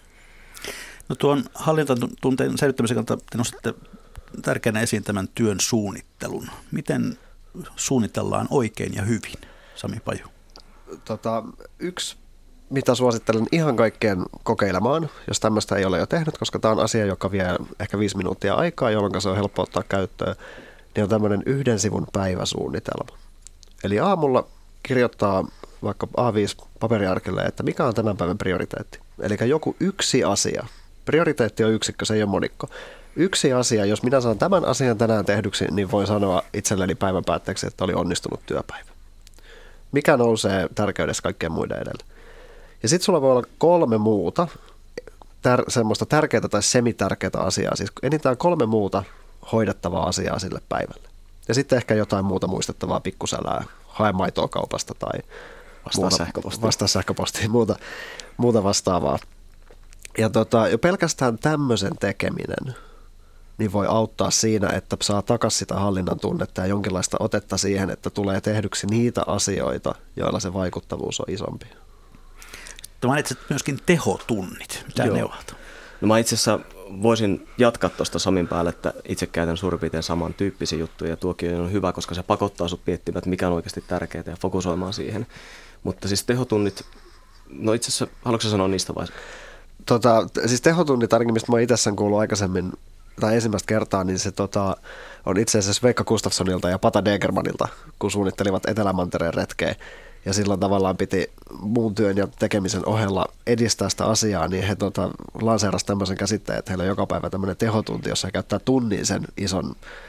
No tuon hallintatunteen säilyttämisen kannalta te nostatte tärkeänä esiin tämän työn suunnittelun. Miten suunnitellaan oikein ja hyvin, Sami Paju? Tota, yksi mitä suosittelen ihan kaikkeen kokeilemaan, jos tämmöistä ei ole jo tehnyt, koska tämä on asia, joka vie ehkä viisi minuuttia aikaa, jolloin se on helppo ottaa käyttöön, niin on tämmöinen yhden sivun päiväsuunnitelma. Eli aamulla kirjoittaa vaikka A viisi paperiarkille, että mikä on tämän päivän prioriteetti. Eli joku yksi asia. Prioriteetti on yksikkö, se ei ole monikko. Yksi asia, jos minä saan tämän asian tänään tehdyksi, niin voin sanoa itselleni päivän päätteeksi, että oli onnistunut työpäivä. Mikä nousee tärkeydessä kaikkien muiden edelle. Ja sitten sulla voi olla kolme muuta, tär, semmoista tärkeää tai semitärkeää asiaa, siis enintään kolme muuta hoidettavaa asiaa sille päivälle. Ja sitten ehkä jotain muuta muistettavaa pikkusälää, hae maitoa kaupasta tai vastaa sähköpostiin, vastaa sähköpostiin muuta, muuta vastaavaa. Ja tota, jo pelkästään tämmöisen tekeminen niin voi auttaa siinä, että saa takaisin sitä hallinnan tunnetta ja jonkinlaista otetta siihen, että tulee tehdyksi niitä asioita, joilla se vaikuttavuus on isompi. Mainitsit myöskin tehotunnit. Mitä Joo. ne ovat? No mä itse asiassa voisin jatkaa tuosta Samin päälle, että itse käytän suurin piirtein samantyyppisiä juttuja. Ja tuokin on hyvä, koska se pakottaa sut miettimään, että mikä on oikeasti tärkeää ja fokusoimaan siihen. Mutta siis tehotunnit, no itse asiassa, haluatko sanoa niistä vai? Tota, siis tehotunnit, ainakin mistä mä itse sen kuullut aikaisemmin, tai ensimmäistä kertaa, niin se tota, on itse asiassa Veikka Gustafssonilta ja Pata Degermanilta, kun suunnittelivat Etelämantereen retkeä. Ja silloin tavallaan piti muun työn ja tekemisen ohella edistää sitä asiaa, niin he tota, lanseerasivat tämmöisen käsitteen, että heillä on joka päivä tämmöinen tehotunti, jossa he käyttää tunnin sen ison,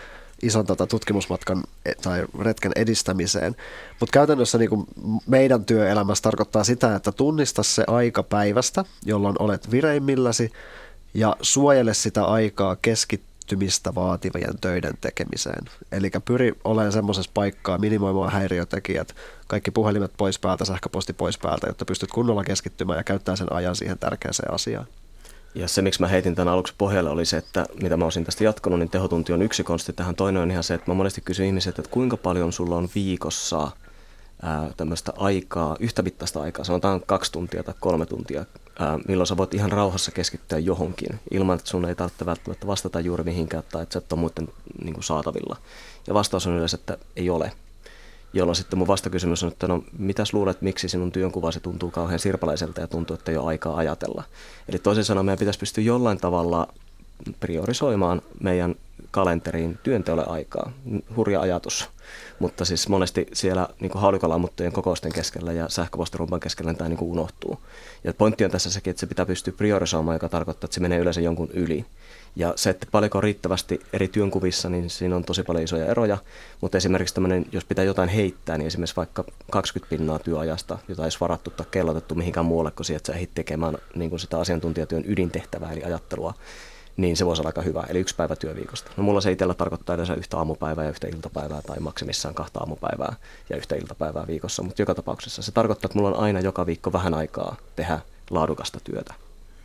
ison tota, tutkimusmatkan tai retken edistämiseen. Mutta käytännössä niin kuin meidän työelämässä tarkoittaa sitä, että tunnista se aika päivästä, jolloin olet vireimmilläsi, ja suojele sitä aikaa keskittymistä vaativien töiden tekemiseen. Eli pyri olemaan semmoisessa paikkaa, minimoimaan häiriötekijät, kaikki puhelimet pois päältä, sähköposti pois päältä, jotta pystyt kunnolla keskittymään ja käyttää sen ajan siihen tärkeäseen asiaan. Ja se, miksi mä heitin tämän aluksi pohjalle, oli se, että mitä mä olisin tästä jatkanut, niin tehotunti on yksi konsti. Tähän toinen on ihan se, että mä monesti kysyn ihmiset, että kuinka paljon sulla on viikossa ää, tämmöistä aikaa, yhtä mittaista aikaa, sanotaan kaksi tuntia tai kolme tuntia, ää, milloin sä voit ihan rauhassa keskittyä johonkin, ilman että sun ei tarvitse välttämättä vastata juuri mihinkään tai että sä et ole muuten niin kuin saatavilla. Ja vastaus on yleensä, että ei ole. Jolloin sitten mun vastakysymys on, että no mitäs luulet, miksi sinun työnkuvasi tuntuu kauhean sirpaleiselta ja tuntuu, että ei ole aikaa ajatella. Eli toisin sanoen meidän pitäisi pystyä jollain tavalla priorisoimaan meidän kalenteriin työnteolle aikaa. Hurja ajatus, mutta siis monesti siellä niin haulikolla ammuttujen kokousten keskellä ja sähköpostirumpan keskellä tämä niin kuin unohtuu. Ja pointti on tässä sekin, että se pitää pystyä priorisoimaan, joka tarkoittaa, että se menee yleensä jonkun yli. Ja se, että paljonko on riittävästi eri työnkuvissa, niin siinä on tosi paljon isoja eroja. Mutta esimerkiksi tämmöinen, jos pitää jotain heittää, niin esimerkiksi vaikka kaksikymmentä pinnaa työajasta, jota ei olisi varattu tai kellotettu mihinkään muualle, kuin siihen, että sä ehdit tekemään niin kuin sitä asiantuntijatyön ydintehtävää, eli ajattelua, niin se voisi olla aika hyvä. Eli yksi päivä työviikosta. No mulla se itsellä tarkoittaa yleensä yhtä aamupäivää ja yhtä iltapäivää, tai maksimissaan kahta aamupäivää ja yhtä iltapäivää viikossa. Mutta joka tapauksessa se tarkoittaa, että mulla on aina joka viikko vähän aikaa tehdä laadukasta työtä.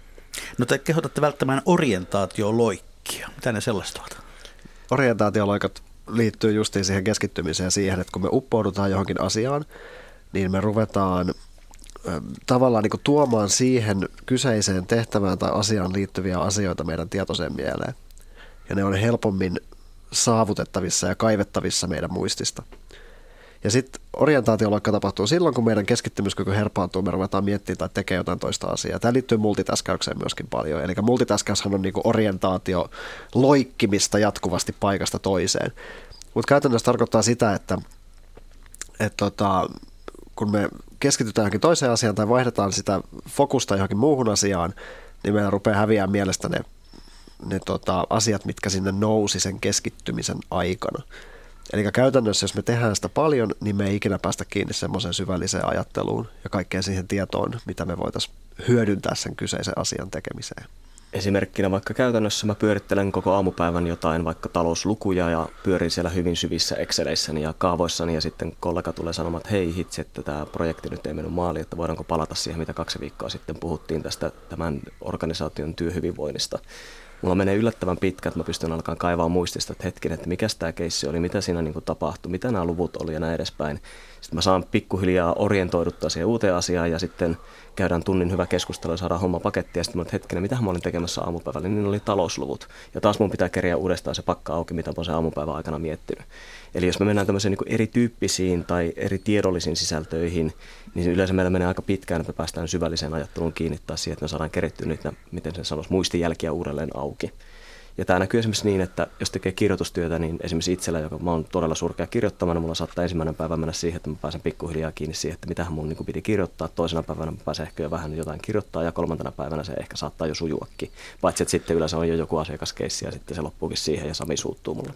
No te kehotatte välttämään orientaatioloikkia. Mitä ne sellaista ovat? Orientaatioloikat liittyy justiin siihen keskittymiseen siihen, että kun me uppoudutaan johonkin asiaan, niin me ruvetaan ö, tavallaan niin kuin tuomaan siihen kyseiseen tehtävään tai asiaan liittyviä asioita meidän tietoiseen mieleen. Ja ne on helpommin saavutettavissa ja kaivettavissa meidän muistista. Ja sitten orientaatioloikka tapahtuu silloin, kun meidän keskittymiskyky herpaantuu, me ruvetaan miettimään tai tekemään jotain toista asiaa. Tämä liittyy multitaskäykseen myöskin paljon. Eli multitaskäyshän on niinku orientaatio loikkimista jatkuvasti paikasta toiseen. Mutta käytännössä tarkoittaa sitä, että et tota, kun me keskitytään johonkin toiseen asiaan tai vaihdetaan sitä fokusta johonkin muuhun asiaan, niin meillä rupeaa häviämään mielestä ne, ne tota, asiat, mitkä sinne nousi sen keskittymisen aikana. Eli käytännössä, jos me tehdään sitä paljon, niin me ei ikinä päästä kiinni semmoiseen syvälliseen ajatteluun ja kaikkeen siihen tietoon, mitä me voitaisiin hyödyntää sen kyseisen asian tekemiseen. Esimerkkinä vaikka käytännössä mä pyörittelen koko aamupäivän jotain vaikka talouslukuja ja pyörin siellä hyvin syvissä Exceleissäni ja kaavoissani ja sitten kollega tulee sanomaan, että hei hitsi, että tämä projekti nyt ei mennyt maaliin, että voidaanko palata siihen, mitä kaksi viikkoa sitten puhuttiin tästä tämän organisaation työhyvinvoinnista. Mulla menee yllättävän pitkä, että mä pystyn alkaa kaivaa muistista, että hetken, että mikä tämä keissi oli, mitä siinä niin kuin tapahtui, mitä nämä luvut oli ja näin edespäin. Sitten mä saan pikkuhiljaa orientoiduttaa siihen uuteen asiaan ja sitten käydään tunnin hyvä keskustelu ja saadaan homma pakettia. Ja sitten mä oon, hetken, mitähän mä olin tekemässä aamupäivällä, niin oli talousluvut. Ja taas mun pitää kerjää uudestaan se pakka auki, mitä mä oon sen aamupäivän aikana miettinyt. Eli jos me mennään tämmöisiin niin kuin erityyppisiin tai eri tiedollisiin sisältöihin, niin yleensä meillä menee aika pitkään, että me päästään syvälliseen ajatteluun kiinni tai siihen, että me saadaan kerittyä niitä, miten sen sanoisi, muistijälkiä uudelleen auki. Ja tämä näkyy esimerkiksi niin, että jos tekee kirjoitustyötä, niin esimerkiksi itsellä, joka mä oon todella surkea kirjoittamana, mulla saattaa ensimmäinen päivä mennä siihen, että mä pääsen pikkuhiljaa kiinni siihen, että mitähän mun niin piti kirjoittaa. Toisena päivänä mä pääsen ehkä jo vähän jotain kirjoittaa ja kolmantena päivänä se ehkä saattaa jo sujuakin. Paitsi että sitten yleensä on jo joku asiakaskeissi ja sitten se loppuukin siihen ja Sami suuttuu mulle.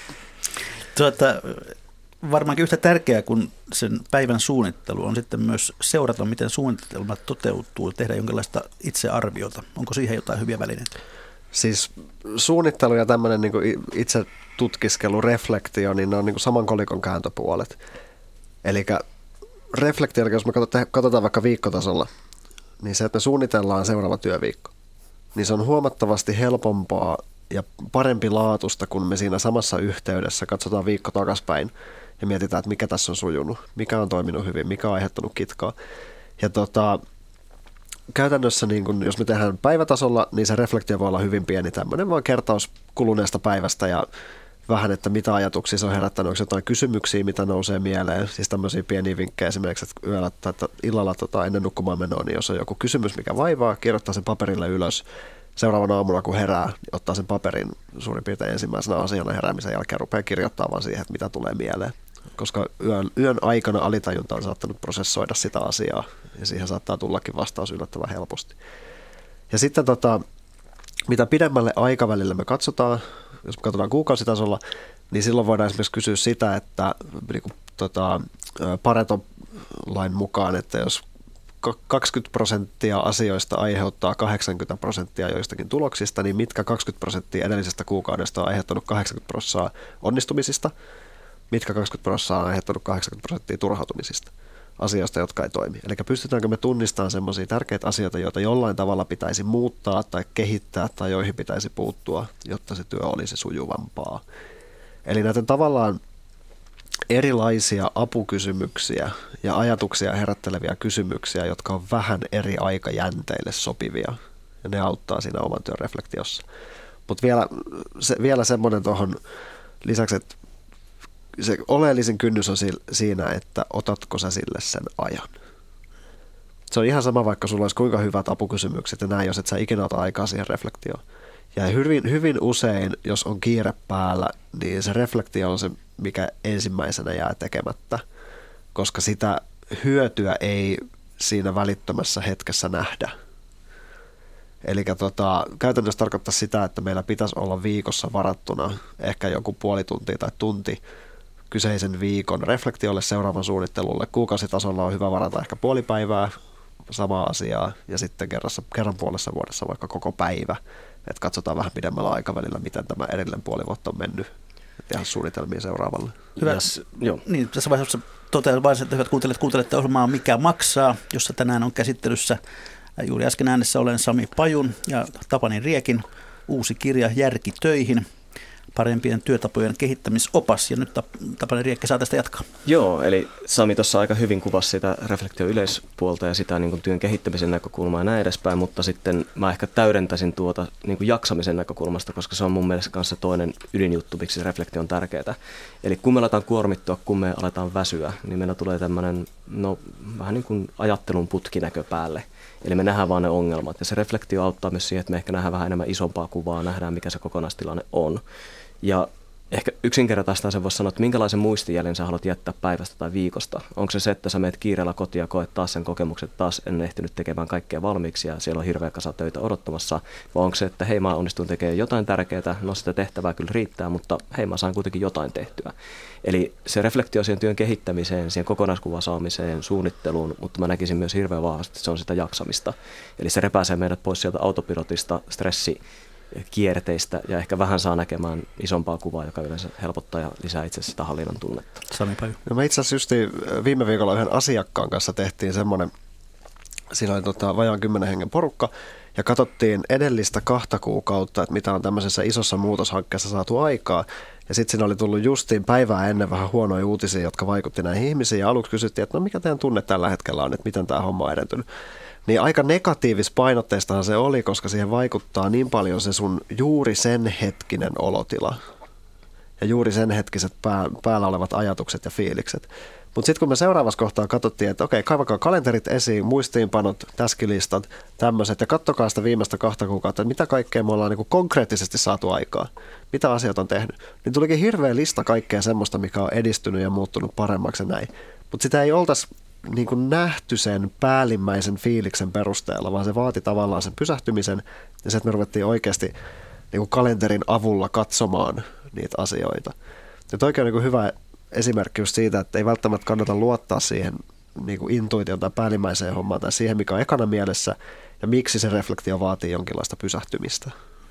Tuota, varmaankin yhtä tärkeää kuin sen päivän suunnittelu on sitten myös seurata, miten suunnitelma toteutuu, tehdä jonkinlaista itsearviota. Onko siihen jotain hyviä välineitä? Siis suunnittelu ja tämmöinen niin kuin itse tutkiskelu, reflektio, niin ne on niin kuin saman kolikon kääntöpuolet. Eli reflektio, jos me katsotaan vaikka viikkotasolla, niin se, että me suunnitellaan seuraava työviikko, niin se on huomattavasti helpompaa ja parempi laatusta, kun me siinä samassa yhteydessä katsotaan viikko takaspäin ja mietitään, että mikä tässä on sujunut, mikä on toiminut hyvin, mikä on aiheuttanut kitkaa. Ja tota, käytännössä, niin kun, jos me tehdään päivätasolla, niin se reflektio voi olla hyvin pieni tämmöinen, vaan kertaus kuluneesta päivästä ja vähän, että mitä ajatuksia se on herättänyt, onko jotain kysymyksiä, mitä nousee mieleen, siis tämmöisiä pieniä vinkkejä esimerkiksi, että yöllä tai illalla tota, ennen nukkumaan menoa, niin jos on joku kysymys, mikä vaivaa, kirjoittaa sen paperille ylös. Seuraavana aamuna, kun herää, niin ottaa sen paperin suurin piirtein ensimmäisenä asiana heräämisen jälkeen, rupeaa kirjoittamaan siihen, että mitä tulee mieleen. Koska yön, yön aikana alitajunta on saattanut prosessoida sitä asiaa, ja siihen saattaa tullakin vastaus yllättävän helposti. Ja sitten tota, mitä pidemmälle aikavälille me katsotaan, jos katsotaan kuukausitasolla, niin silloin voidaan esimerkiksi kysyä sitä, että niin kuin, tota, Pareto-lain mukaan, että jos kaksikymmentä prosenttia asioista aiheuttaa kahdeksankymmentä prosenttia joistakin tuloksista, niin mitkä kaksikymmentä prosenttia edellisestä kuukaudesta on aiheuttanut kahdeksankymmentä prosenttia onnistumisista, mitkä kaksikymmentä prosenttia on aiheuttanut kahdeksankymmentä prosenttia turhautumisista, asioista, jotka ei toimi. Eli pystytäänkö me tunnistamaan sellaisia tärkeitä asioita, joita jollain tavalla pitäisi muuttaa tai kehittää tai joihin pitäisi puuttua, jotta se työ olisi sujuvampaa. Eli näitä tavallaan erilaisia apukysymyksiä ja ajatuksia herätteleviä kysymyksiä, jotka on vähän eri aikajänteille sopivia. Ja ne auttaa siinä oman työn reflektiossa. Mutta vielä, se, vielä semmoinen tuohon lisäksi, että se oleellisin kynnys on siinä, että otatko sä sille sen ajan. Se on ihan sama, vaikka sulla olisi kuinka hyvät apukysymykset ja näin, jos et sä ikinä ota aikaa siihen reflektioon. Ja hyvin, hyvin usein, jos on kiire päällä, niin se reflektio on se, mikä ensimmäisenä jää tekemättä, koska sitä hyötyä ei siinä välittömässä hetkessä nähdä. Eli tota, käytännössä tarkoittaa sitä, että meillä pitäisi olla viikossa varattuna ehkä joku puoli tuntia tai tunti kyseisen viikon reflektiolle, seuraavan suunnittelulle. Kuukausitasolla on hyvä varata ehkä puoli päivää samaa asiaa ja sitten kerrassa, kerran puolessa vuodessa vaikka koko päivä. Että katsotaan vähän pidemmällä aikavälillä, miten tämä edellinen puoli vuotta on mennyt. Tehdä suunnitelmia seuraavalle. Hyvä. Yes. Joo. Niin, tässä vaiheessa totean vain, että hyvät kuuntelijat, kuuntelette ohjelmaa Mikä maksaa, jossa tänään on käsittelyssä juuri äsken äänessä olen Sami Pajun ja Tapani Riekin uusi kirja Järki töihin, parempien työtapojen kehittämisopas. Ja nyt Tapani Riekki saa tästä jatkaa. Joo, eli Sami tuossa aika hyvin kuvasi sitä reflektio yleispuolta ja sitä niin kuin työn kehittämisen näkökulmaa ja näin edespäin, mutta sitten mä ehkä täydentäisin tuota niin kuin jaksamisen näkökulmasta, koska se on mun mielestä kanssa toinen ydinjuttu, miksi se reflektio on tärkeää. Eli kun me aletaan kuormittua, kun me aletaan väsyä, niin meillä tulee tämmöinen no, vähän niin kuin ajattelun putkinäkö päälle. Eli me nähdään vaan ne ongelmat ja se reflektio auttaa myös siihen, että me ehkä nähdään vähän enemmän isompaa kuvaa, nähdään mikä se kokonaistilanne on. Ja ehkä yksinkertaistaan sen voisi sanoa, että minkälaisen muistijäljen sä haluat jättää päivästä tai viikosta. Onko se se, että sä meet kiireellä kotiin ja koet taas sen kokemuksen, että taas en ehtinyt tekemään kaikkea valmiiksi ja siellä on hirveä kasa töitä odottamassa. Vai onko se, että hei mä onnistun tekemään jotain tärkeää, no sitä tehtävää kyllä riittää, mutta hei mä saan kuitenkin jotain tehtyä. Eli se reflektio siihen työn kehittämiseen, siihen kokonaiskuvan saamiseen, suunnitteluun, mutta mä näkisin myös hirveän vahvasti, että se on sitä jaksamista. Eli se repääsee meidät pois sieltä autopilotista, stressi, kierteistä ja ehkä vähän saa näkemään isompaa kuvaa, joka yleensä helpottaa ja lisää itse sitä hallinnan tunnetta. Sami Paju. No me itse asiassa just viime viikolla yhden asiakkaan kanssa tehtiin semmoinen, siinä oli tota vajaan kymmenen hengen porukka ja katsottiin edellistä kahta kuukautta, että mitä on tämmöisessä isossa muutoshankkeessa saatu aikaa. Ja sitten siinä oli tullut justiin päivää ennen vähän huonoja uutisia, jotka vaikutti näihin ihmisiin ja aluksi kysyttiin, että no mikä teidän tunne tällä hetkellä on, että miten tämä homma on edentynyt. Niin aika negatiivispainotteistahan se oli, koska siihen vaikuttaa niin paljon se sun juuri sen hetkinen olotila ja juuri sen hetkiset pää, päällä olevat ajatukset ja fiilikset. Mutta sitten kun me seuraavassa kohtaa katsottiin, että okei, kaivakaa kalenterit esiin, muistiinpanot, täskilistat, tämmöiset ja katsokaa sitä viimeistä kahta kuukautta, että mitä kaikkea me ollaan niinku konkreettisesti saatu aikaa, mitä asiat on tehnyt. Niin tulikin hirveä lista kaikkea semmoista, mikä on edistynyt ja muuttunut paremmaksi ja näin. Mutta sitä ei oltaisi niin kuin nähty sen päällimmäisen fiiliksen perusteella, vaan se vaati tavallaan sen pysähtymisen ja se, että me ruvettiin oikeasti niin kuin kalenterin avulla katsomaan niitä asioita. Ja toikin on niin kuin hyvä esimerkki just siitä, että ei välttämättä kannata luottaa siihen niin kuin intuition tai päällimmäiseen hommaan tai siihen, mikä on ekana mielessä ja miksi se reflektio vaatii jonkinlaista pysähtymistä.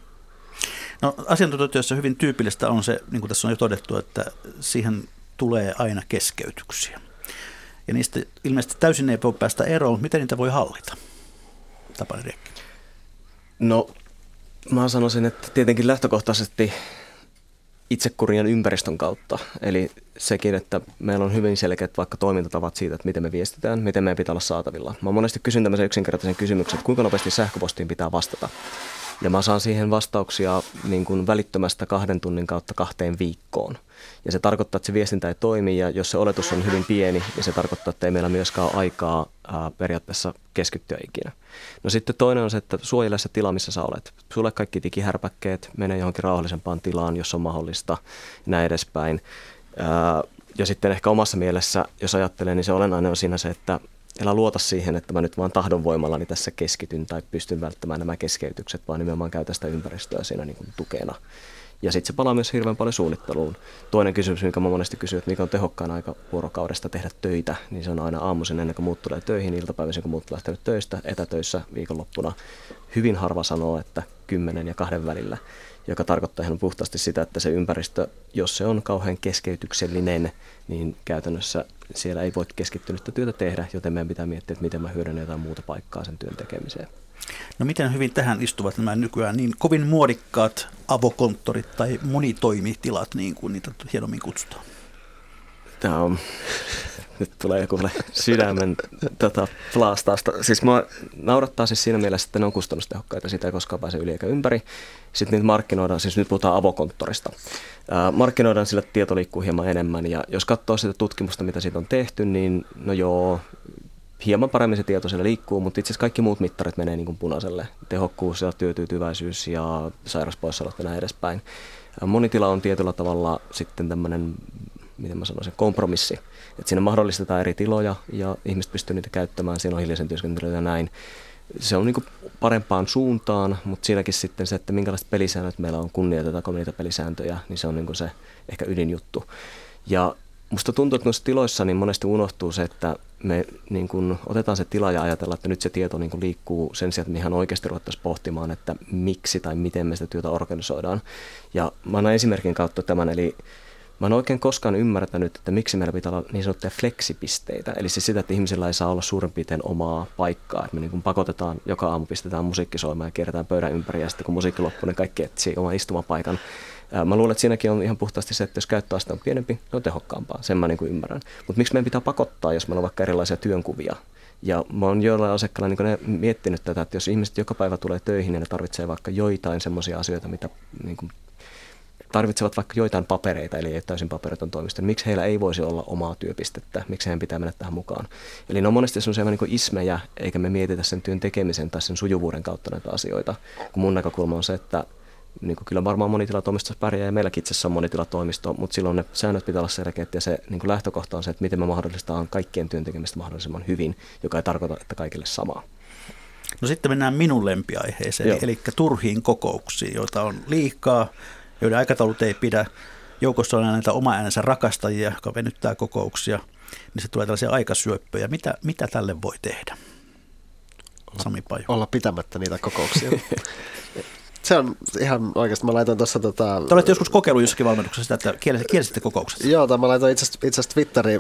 No, asiantuntijatyössä hyvin tyypillistä on se, niin kuin tässä on jo todettu, että siihen tulee aina keskeytyksiä. Ja niistä ilmeisesti täysin ei voi päästä eroon, mutta miten niitä voi hallita? Tapani Riekki. No, mä sanoisin, että tietenkin lähtökohtaisesti itsekurjan ympäristön kautta. Eli sekin, että meillä on hyvin selkeät vaikka toimintatavat siitä, että miten me viestitään, miten meidän pitää olla saatavilla. Mä monesti kysyn tämmöisen yksinkertaisen kysymyksen, että kuinka nopeasti sähköpostiin pitää vastata. Ja mä saan siihen vastauksia niin kuin välittömästä kahden tunnin kautta kahteen viikkoon. Ja se tarkoittaa, että se viestintä ei toimi ja jos se oletus on hyvin pieni, niin se tarkoittaa, että ei meillä myöskään ole aikaa ää, periaatteessa keskittyä ikinä. No sitten toinen on se, että suojele se tila, missä sä olet. Sulle kaikki digihärpäkkeet, mene johonkin rauhallisempaan tilaan, jos on mahdollista, näin edespäin. Ää, ja sitten ehkä omassa mielessä, jos ajattelee, niin se olennainen on siinä se, että älä luota siihen, että mä nyt vaan tahdonvoimallani tässä keskityn tai pystyn välttämään nämä keskeytykset, vaan nimenomaan käytä sitä ympäristöä siinä niin kuin tukena. Ja sitten se palaa myös hirveän paljon suunnitteluun. Toinen kysymys, mikä mä monesti kysyn, että mikä on tehokkain aika vuorokaudesta tehdä töitä, niin se on aina aamuisin ennen kuin muut tulee töihin, iltapäivisin kun muut lähtevät töistä, etätöissä viikonloppuna. Hyvin harva sanoo, että kymmenen ja kahden välillä, joka tarkoittaa ihan puhtaasti sitä, että se ympäristö, jos se on kauhean keskeytyksellinen, niin käytännössä siellä ei voi keskittynyttä työtä tehdä, joten meidän pitää miettiä, että miten mä hyödynnän jotain muuta paikkaa sen työn tekemiseen. No miten hyvin tähän istuvat nämä nykyään niin kovin muodikkaat avokonttorit tai monitoimitilat, niin kuin niitä hienommin kutsutaan? Tämä on, nyt tulee joku sydämen tota, plaastausta. Siis mua naurattaa siis siinä mielessä, että ne on kustannustehokkaita, siitä ei koskaan pääse yli eikä ympäri. Sitten niitä markkinoidaan, siis nyt puhutaan avokonttorista. Ää, markkinoidaan sillä, että tieto liikkuu hieman enemmän, ja jos katsoo sitä tutkimusta, mitä siitä on tehty, niin no joo, hieman paremmin se tieto siellä liikkuu, mutta itse asiassa kaikki muut mittarit menee niin kuin punaiselle. Tehokkuus ja työtyytyväisyys ja sairauspoissaolot ja näin edespäin. Monitila on tietyllä tavalla sitten tämmöinen, miten mä sanoisin, kompromissi. Että siinä mahdollistetaan eri tiloja ja ihmiset pystyy niitä käyttämään, siinä on hiljaisen työskentelyä ja näin. Se on niin kuin parempaan suuntaan, mutta siinäkin sitten se, että minkälaiset pelisäännöt meillä on, kunnioitetaanko niitä pelisääntöjä, niin se on niin kuin se ehkä ydinjuttu. Ja musta tuntuu, että noissa tiloissa niin monesti unohtuu se, että me niin kun otetaan se tila ja ajatellaan, että nyt se tieto niin kun liikkuu sen sijaan, että me ihan oikeasti ruvettaisiin pohtimaan, että miksi tai miten me sitä työtä organisoidaan. Ja mä annan esimerkin kautta tämän, eli mä en oikein koskaan ymmärtänyt, että miksi meillä pitää olla niin sanottuja fleksipisteitä. Eli siis sitä, että ihmisillä ei saa olla suurin piirtein omaa paikkaa. Että me niin kun pakotetaan, joka aamu pistetään musiikki soimaan ja kierretään pöydän ympäri ja sitten kun musiikki loppuu, niin kaikki etsii oman istumapaikan. Mä luulen, että siinäkin on ihan puhtaasti se, että jos käyttöaste on pienempi, se on tehokkaampaa. Sen mä niin kuin ymmärrän. Mutta miksi meidän pitää pakottaa, jos meillä on vaikka erilaisia työnkuvia? Ja mä oon jollain asiakkailla niin miettinyt tätä, että jos ihmiset joka päivä tulee töihin ja ne tarvitsee vaikka joitain semmoisia asioita, mitä niin kuin tarvitsevat vaikka joitain papereita, eli ei täysin paperiton toimisto, niin miksi heillä ei voisi olla omaa työpistettä? Miksi heidän pitää mennä tähän mukaan? Eli ne on monesti sellaisia niin kuin ismejä, eikä me mietitä sen työn tekemisen tai sen sujuvuuden kautta näitä asioita. Kun mun näkökulma on se, että niin kuin kyllä varmaan monitilatoimistossa pärjää ja meilläkin itse asiassa on monitilatoimisto, mutta silloin ne säännöt pitää olla selkeät ja se niin kuin lähtökohta on se, että miten me mahdollistetaan kaikkien työn tekemistä mahdollisimman hyvin, joka ei tarkoita, että kaikille samaa. No sitten mennään minun lempiaiheeseen, Joo. eli turhiin kokouksiin, joita on liikaa, joiden aikataulut ei pidä. Joukossa on näitä oma äänensä rakastajia, jotka venyttää kokouksia, niin se tulee tällaisia aikasyöppöjä. Mitä, mitä tälle voi tehdä? Sami Paju. Olla pitämättä niitä kokouksia. Se on ihan oikeasti, mä laitoin tuossa tota... Te olette joskus kokeillut jossakin valmennuksessa sitä, että kielisitte kokoukset. Joo, tai mä laitoin itse asiassa Twitteriin,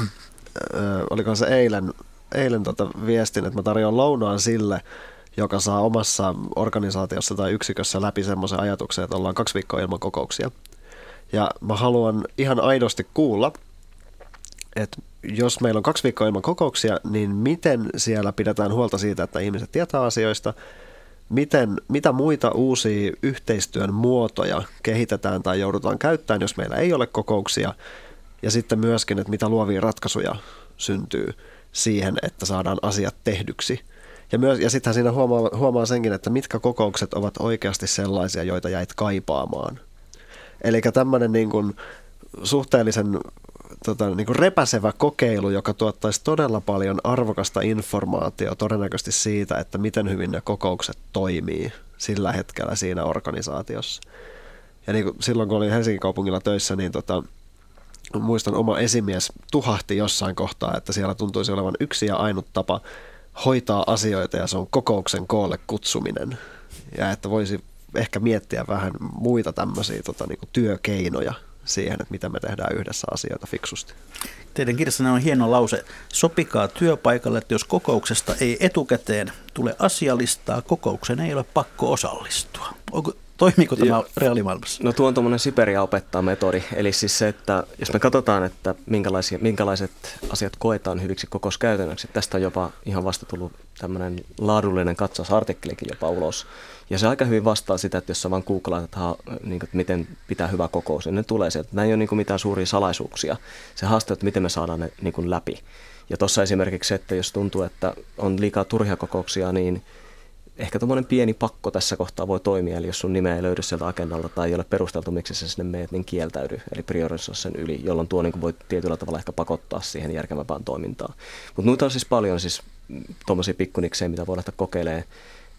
olikohan se eilen, eilen tota viestin, että mä tarjoan lounaan sille, joka saa omassa organisaatiossa tai yksikössä läpi semmoisen ajatuksen, että ollaan kaksi viikkoa ilman kokouksia. Ja mä haluan ihan aidosti kuulla, että jos meillä on kaksi viikkoa ilman kokouksia, niin miten siellä pidetään huolta siitä, että ihmiset tietää asioista, Miten, mitä muita uusia yhteistyön muotoja kehitetään tai joudutaan käyttämään, jos meillä ei ole kokouksia, ja sitten myöskin, että mitä luovia ratkaisuja syntyy siihen, että saadaan asiat tehdyksi. Ja, myös, ja sittenhän siinä huomaa, huomaa senkin, että mitkä kokoukset ovat oikeasti sellaisia, joita jäit kaipaamaan. Eli tämmöinen niin kuin suhteellisen tota, niin kuin repäsevä kokeilu, joka tuottaisi todella paljon arvokasta informaatiota todennäköisesti siitä, että miten hyvin ne kokoukset toimii sillä hetkellä siinä organisaatiossa. Ja niin kuin silloin, kun olin Helsingin kaupungilla töissä, niin tota, muistan oma esimies tuhahti jossain kohtaa, että siellä tuntuisi olevan yksi ja ainut tapa hoitaa asioita, ja se on kokouksen koolle kutsuminen. Ja että voisi ehkä miettiä vähän muita tämmöisiä tota, niin kuin työkeinoja siihen, että miten me tehdään yhdessä asioita fiksusti. Teidän kirjassanne on hieno lause. Sopikaa työpaikalle, että jos kokouksesta ei etukäteen tule asialistaa, kokoukseen ei ole pakko osallistua. Onko, toimiiko tämä Joo. reaalimaailmassa? No tuo on tuommoinen Siberia opettaa metodi. Eli siis se, että jos me katsotaan, että minkälaisia, minkälaiset asiat koetaan hyviksi kokouskäytännöksi, tästä on jopa ihan vasta tullut tämmöinen laadullinen katsausartikkelikin jopa ulos. Ja se aika hyvin vastaa sitä, että jos sä vaan googlaat, että, niin kuin, että miten pitää hyvä kokous, niin ne tulee sieltä. Nämä ei ole niin kuin mitään suuria salaisuuksia. Se haastaa, että miten me saadaan ne niin kuin läpi. Ja tuossa esimerkiksi se, että jos tuntuu, että on liikaa turhia kokouksia, niin ehkä tuommoinen pieni pakko tässä kohtaa voi toimia. Eli jos sun nimeä ei löydy sieltä agendalta tai ei ole perusteltu, miksi sä sinne meet, niin kieltäydy. Eli priorisoi sen yli, jolloin tuo niin kuin voi tietyllä tavalla ehkä pakottaa siihen järkevämpään toimintaan. Mutta noita on siis paljon siis tuommoisia pikkunikseja, mitä voi lähteä kokeilemaan.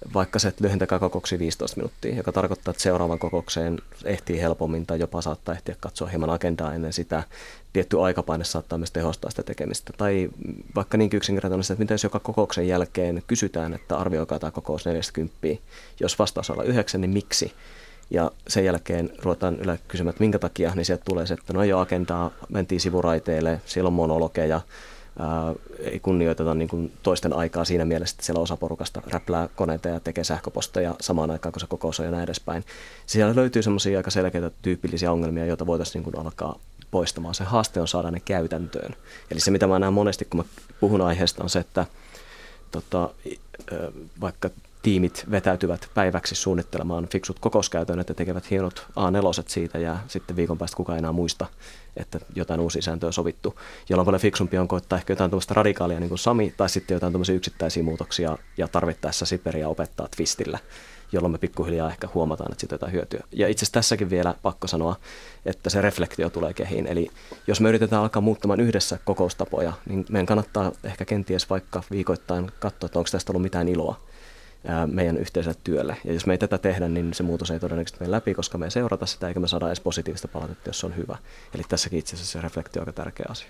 vaikka se, että lyhentäkää kokouksia viisitoista minuuttia, joka tarkoittaa, että seuraavan kokoukseen ehtii helpommin tai jopa saattaa ehtiä katsoa hieman agendaa ennen sitä. Tietty aikapaine saattaa myös tehostaa sitä tekemistä. Tai vaikka niin yksinkertaisesti, että mitä jos joka kokouksen jälkeen kysytään, että arvioikaa tämä kokous neljäkymmentä, jos vastaus on yhdeksän, niin miksi? Ja sen jälkeen ruvetaan ylä kysymään, että minkä takia, niin sieltä tulee se, että no ei ole agendaa, mentiin sivuraiteille, siellä on monologeja, ää, ei kunnioiteta niin kuin toisten aikaa siinä mielessä, että siellä osa porukasta räplää koneita ja tekee sähköposteja samaan aikaan, kun se kokous on ja näin edespäin. Siellä löytyy semmoisia aika selkeitä tyypillisiä ongelmia, joita voitaisiin niin kuin alkaa poistamaan. Se haaste on saada ne käytäntöön. Eli se, mitä mä näen monesti, kun mä puhun aiheesta, on se, että tota, vaikka tiimit vetäytyvät päiväksi suunnittelemaan fiksut kokouskäytännöt ja tekevät hienot A neljä siitä ja sitten viikon päästä kukaan ei enää muista, että jotain uusia sääntöjä on sovittu, jolloin paljon fiksumpia on koittaa ehkä jotain tämmöistä radikaalia niin kuin Sami tai sitten jotain tämmöisiä yksittäisiä muutoksia ja tarvittaessa Siperiä opettaa twistillä, jolloin me pikkuhiljaa ehkä huomataan, että siitä on jotain hyötyä. Ja itse asiassa tässäkin vielä pakko sanoa, että se reflektio tulee kehiin. Eli jos me yritetään alkaa muuttamaan yhdessä kokoustapoja, niin meidän kannattaa ehkä kenties vaikka viikoittain katsoa, että onko tästä ollut mitään iloa meidän yhteiselle työlle. Ja jos me ei tätä tehdä, niin se muutos ei todennäköisesti mene läpi, koska me ei seurata sitä, eikä me saada edes positiivista palautetta, jos se on hyvä. Eli tässäkin itse asiassa se reflektio on aika tärkeä asia.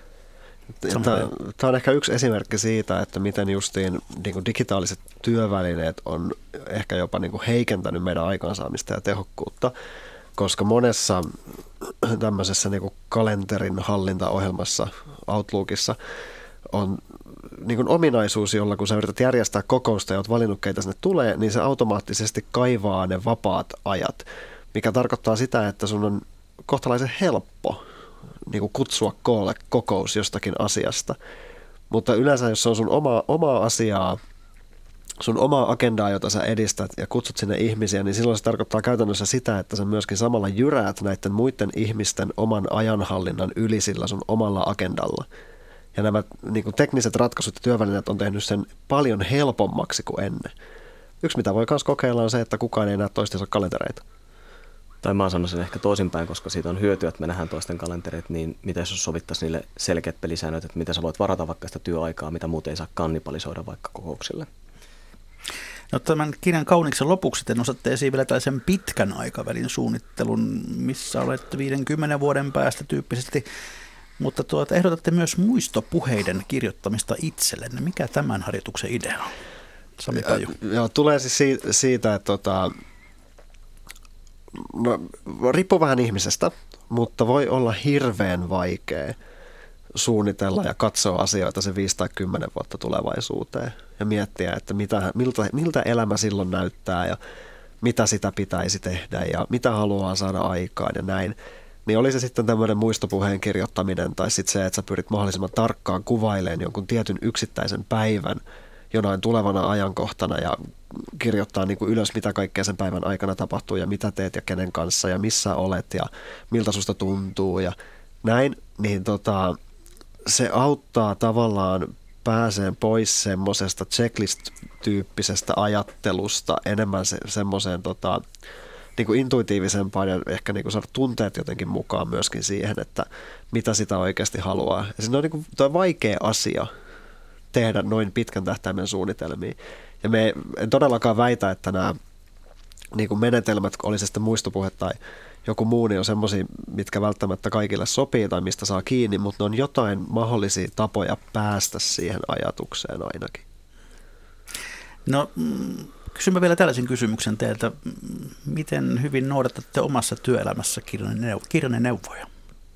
Tämä on ehkä yksi esimerkki siitä, että miten justiin niin kuin digitaaliset työvälineet on ehkä jopa niin kuin heikentänyt meidän aikaansaamista ja tehokkuutta, koska monessa tämmöisessä niin kuin kalenterin hallintaohjelmassa, Outlookissa, on niin kuin ominaisuus, jolla kun sä yrität järjestää kokousta ja oot valinnut, keitä sinne tulee, niin se automaattisesti kaivaa ne vapaat ajat, mikä tarkoittaa sitä, että sun on kohtalaisen helppo niin kuin kutsua koolle kokous jostakin asiasta. Mutta yleensä, jos se on sun oma, omaa asiaa, sun omaa agendaa, jota sä edistät ja kutsut sinne ihmisiä, niin silloin se tarkoittaa käytännössä sitä, että sä myöskin samalla jyräät näiden muiden ihmisten oman ajanhallinnan yli sillä sun omalla agendalla. Ja nämä niin kuin tekniset ratkaisut ja työvälineet on tehnyt sen paljon helpommaksi kuin ennen. Yksi, mitä voi myös kokeilla, on se, että kukaan ei näe toistensa kalentereita. Tai mä sanon sen ehkä toisinpäin, koska siitä on hyötyä, että me nähdään toisten kalentereet, niin mitä jos sovittaisiin niille selkeät pelisäännöt, että mitä sä voit varata vaikka sitä työaikaa, mitä muuten ei saa kannibalisoida vaikka kokouksille. No tämän kirjan kauniiksi lopuksi te nostatte esiin vielä tällaisen pitkän aikavälin suunnittelun, missä olet viidenkymmenen vuoden päästä tyyppisesti. Mutta tuota, ehdotatte myös muistopuheiden kirjoittamista itsellenne. Mikä tämän harjoituksen idea on? Sami Paju. Joo, tulee siis siitä, siitä että tota, no, riippuu vähän ihmisestä, mutta voi olla hirveän vaikea suunnitella ja katsoa asioita se viisi tai kymmenen vuotta tulevaisuuteen ja miettiä, että mitä, miltä, miltä elämä silloin näyttää ja mitä sitä pitäisi tehdä ja mitä haluaa saada aikaan ja näin. Niin oli se sitten tämmöinen muistopuheen kirjoittaminen tai sitten se, että sä pyrit mahdollisimman tarkkaan kuvailemaan jonkun tietyn yksittäisen päivän jonain tulevana ajankohtana ja kirjoittaa niin kuin ylös, mitä kaikkea sen päivän aikana tapahtuu ja mitä teet ja kenen kanssa ja missä olet ja miltä susta tuntuu ja näin, niin tota, se auttaa tavallaan pääseen pois semmoisesta checklist-tyyppisestä ajattelusta enemmän se, semmoiseen tota, niin kuin intuitiivisempaan ja ehkä niin kuin saada tunteet jotenkin mukaan myöskin siihen, että mitä sitä oikeasti haluaa. Ja se on niin kuin, toi vaikea asia tehdä noin pitkän tähtäimen suunnitelmia. Ja me en todellakaan väitä, että nämä niin kuin menetelmät, oli se sitten muistopuhe tai joku muu, niin on semmoisia, mitkä välttämättä kaikille sopii tai mistä saa kiinni, mutta ne on jotain mahdollisia tapoja päästä siihen ajatukseen ainakin. No, kysyn vielä tällaisen kysymyksen teiltä. Miten hyvin noudatatte omassa työelämässä kirjanne neuvoja?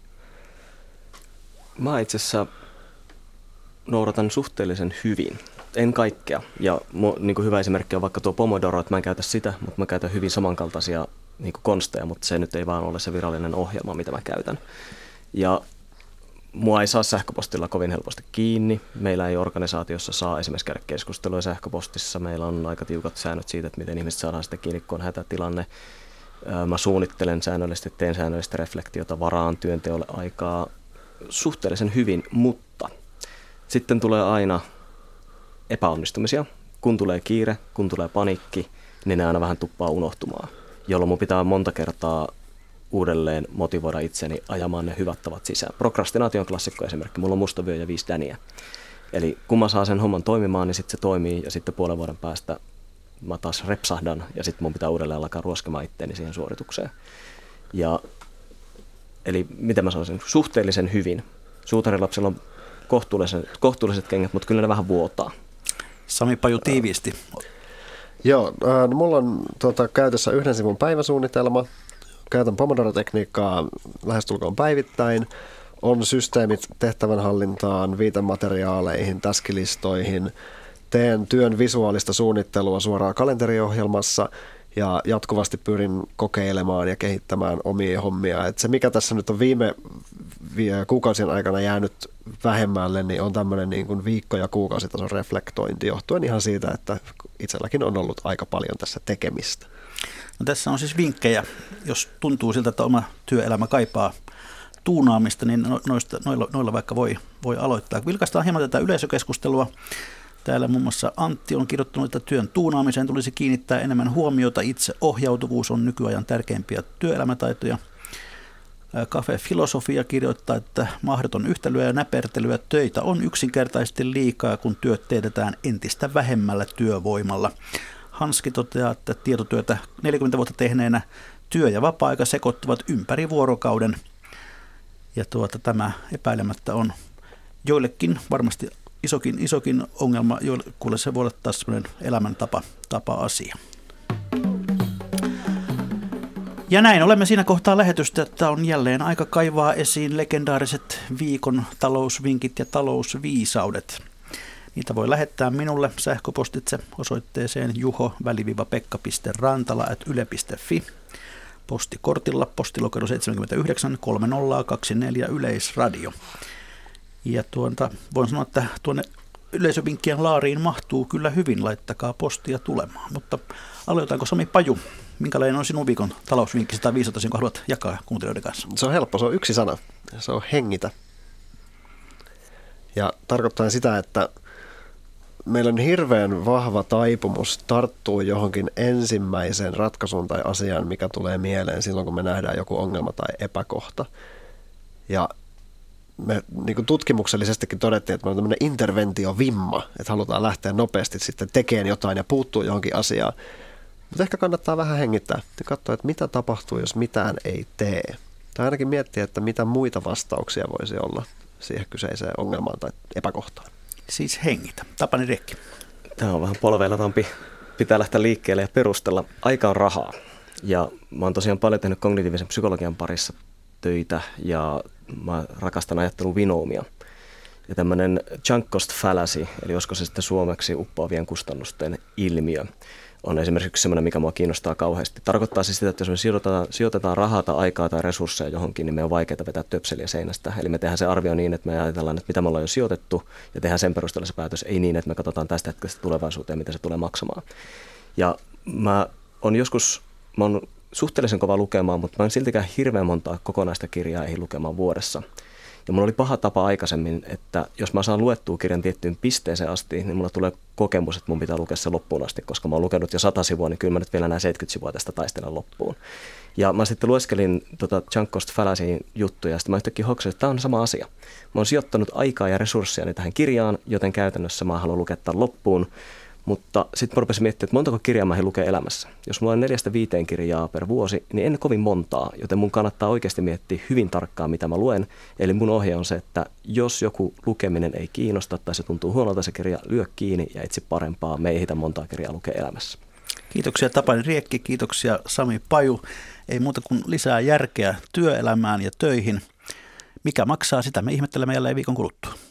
Mä itse asiassa noudatan suhteellisen hyvin. En kaikkea. Ja niin kuin hyvä esimerkki on vaikka tuo Pomodoro, että mä en käytä sitä, mutta mä käytän hyvin samankaltaisia niin kuin konsteja, mutta se nyt ei vaan ole se virallinen ohjelma, mitä mä käytän. Ja mua ei saa sähköpostilla kovin helposti kiinni. Meillä ei organisaatiossa saa esimerkiksi käydä keskustelua sähköpostissa. Meillä on aika tiukat säännöt siitä, että miten ihmiset saadaan sitä kiinni, kun on hätätilanne. Mä suunnittelen säännöllisesti, teen säännöllistä reflektiota, varaan työnteolle aikaa suhteellisen hyvin, mutta sitten tulee aina epäonnistumisia. Kun tulee kiire, kun tulee paniikki, niin ne aina vähän tuppaa unohtumaan, jolloin mun pitää monta kertaa uudelleen motivoida itseni ajamaan ne hyvät tavat sisään. Prokrastinaation klassikko esimerkki. Mulla on musta vyö ja viisi däniä. Eli kun mä saan sen homman toimimaan, niin sitten se toimii ja sitten puolen vuoden päästä mä taas repsahdan ja sitten mun pitää uudelleen alkaa ruoskemaan itteeni siihen suoritukseen. Ja, eli miten mä sanoisin, suhteellisen hyvin. Suutarilapsilla on kohtuulliset, kohtuulliset kengät, mutta kyllä ne vähän vuotaa. Sami Paju tiiviisti. Joo, no mulla on tuota, käytössä yhden sivun päiväsuunnitelma. Käytän Pomodoro-tekniikkaa lähestulkoon päivittäin. On systeemit tehtävänhallintaan, viitemateriaaleihin, taskilistoihin. Teen työn visuaalista suunnittelua suoraan kalenteriohjelmassa ja jatkuvasti pyrin kokeilemaan ja kehittämään omia hommia. Et se, mikä tässä nyt on viime kuukausien aikana jäänyt vähemmälle, niin on tämmöinen niin kuin viikko- ja kuukausitason reflektointi johtuen ihan siitä, että itselläkin on ollut aika paljon tässä tekemistä. No, tässä on siis vinkkejä, jos tuntuu siltä, että oma työelämä kaipaa tuunaamista, niin noista, noilla, noilla vaikka voi, voi aloittaa. Vilkaistaan hieman tätä yleisökeskustelua. Täällä muun muassa Antti on kirjoittanut, että työn tuunaamiseen tulisi kiinnittää enemmän huomiota. Itseohjautuvuus on nykyajan tärkeimpiä työelämätaitoja. Cafe Filosofia kirjoittaa, että mahdoton yhtälöä ja näpertelyä, töitä on yksinkertaisesti liikaa, kun työt teetetään entistä vähemmällä työvoimalla. Hanski toteaa, että tietotyötä neljäkymmentä vuotta tehneenä työ- ja vapaa-aika sekoittuvat ympäri vuorokauden. Ja tuota, tämä epäilemättä on joillekin varmasti isokin, isokin ongelma, joille se voi olla taas sellainen elämäntapa tapa asia. Ja näin olemme siinä kohtaa lähetystä, että on jälleen aika kaivaa esiin legendaariset viikon talousvinkit ja talousviisaudet. Niitä voi lähettää minulle sähköpostitse osoitteeseen juho-pekka piste rantala ät yle piste fi. Postikortilla postilokero seitsemänkymmentäyhdeksän kolmekymmentäkahdeksanneljä Yleisradio. Ja tuonta, voin sanoa, että tuonne yleisövinkkien laariin mahtuu kyllä hyvin, laittakaa postia tulemaan. Mutta aloitetaanko Sami Paju? Minkälainen on sinun viikon talousvinkki tai viisautas, jonka haluat jakaa kuuntelijoiden kanssa? Se on helppo, se on yksi sana. Se on hengitä. Ja tarkoittaa sitä, että meillä on hirveän vahva taipumus tarttua johonkin ensimmäiseen ratkaisuun tai asiaan, mikä tulee mieleen silloin, kun me nähdään joku ongelma tai epäkohta. Ja me niin kuin tutkimuksellisestikin todettiin, että me on tämmöinen interventiovimma, että halutaan lähteä nopeasti sitten tekemään jotain ja puuttua johonkin asiaan. Mutta ehkä kannattaa vähän hengittää ja katsoa, että mitä tapahtuu, jos mitään ei tee. Tai ainakin miettiä, että mitä muita vastauksia voisi olla siihen kyseiseen ongelmaan tai epäkohtaan. Siis hengitä. Tapani Riekki. Tämä on vähän polveilatampi. Pitää lähteä liikkeelle ja perustella. Aika on rahaa. Ja mä oon tosiaan paljon tehnyt kognitiivisen psykologian parissa töitä ja mä rakastan ajattelun vinoumia. Ja tämmöinen sunk cost fallacy, eli olisiko se sitten suomeksi uppoavien kustannusten ilmiö, on esimerkiksi semmoinen, mikä mua kiinnostaa kauheasti. Tarkoittaa siis sitä, että jos me sijoitetaan, sijoitetaan rahaa tai aikaa tai resursseja johonkin, niin me on vaikeaa vetää töpseliä seinästä. Eli me tehdään se arvio niin, että me ajatellaan, että mitä me ollaan jo sijoitettu, ja tehdään sen perusteella se päätös. Ei niin, että me katsotaan tästä hetkestä tulevaisuuteen, mitä se tulee maksamaan. Ja mä on joskus, mä oon suhteellisen kova lukemaan, mutta mä en siltikään hirveän montaa kokonaista kirjaa ei lukemaan vuodessa. Ja mulla oli paha tapa aikaisemmin, että jos mä saan luettua kirjan tiettyyn pisteeseen asti, niin mulla tulee kokemus, että mun pitää lukea se loppuun asti, koska mä oon lukenut jo sata sivua, niin kyllä mä nyt vielä nämä seitsemänkymmentä sivua tästä taistelen loppuun. Ja mä sitten lueskelin tota sunk cost fallacy juttuja, ja sitten mä yhtäkkiä hoksasin, että tämä on sama asia. Mä oon sijoittanut aikaa ja resursseja tähän kirjaan, joten käytännössä mä haluan lukea tämän loppuun. Mutta sitten mä rupesin miettimään, että montako kirjaa mä lukea elämässä. Jos mulla on neljästä viiteen kirjaa per vuosi, niin en kovin montaa, joten mun kannattaa oikeasti miettiä hyvin tarkkaan, mitä mä luen. Eli mun ohje on se, että jos joku lukeminen ei kiinnosta tai se tuntuu huonolta se kirja, lyö kiinni ja etsi parempaa. Me ei ehditä montaa kirjaa lukea elämässä. Kiitoksia Tapani Riekki, kiitoksia Sami Paju. Ei muuta kuin lisää järkeä työelämään ja töihin. Mikä maksaa, sitä me ihmettelemme jälleen viikon kuluttua.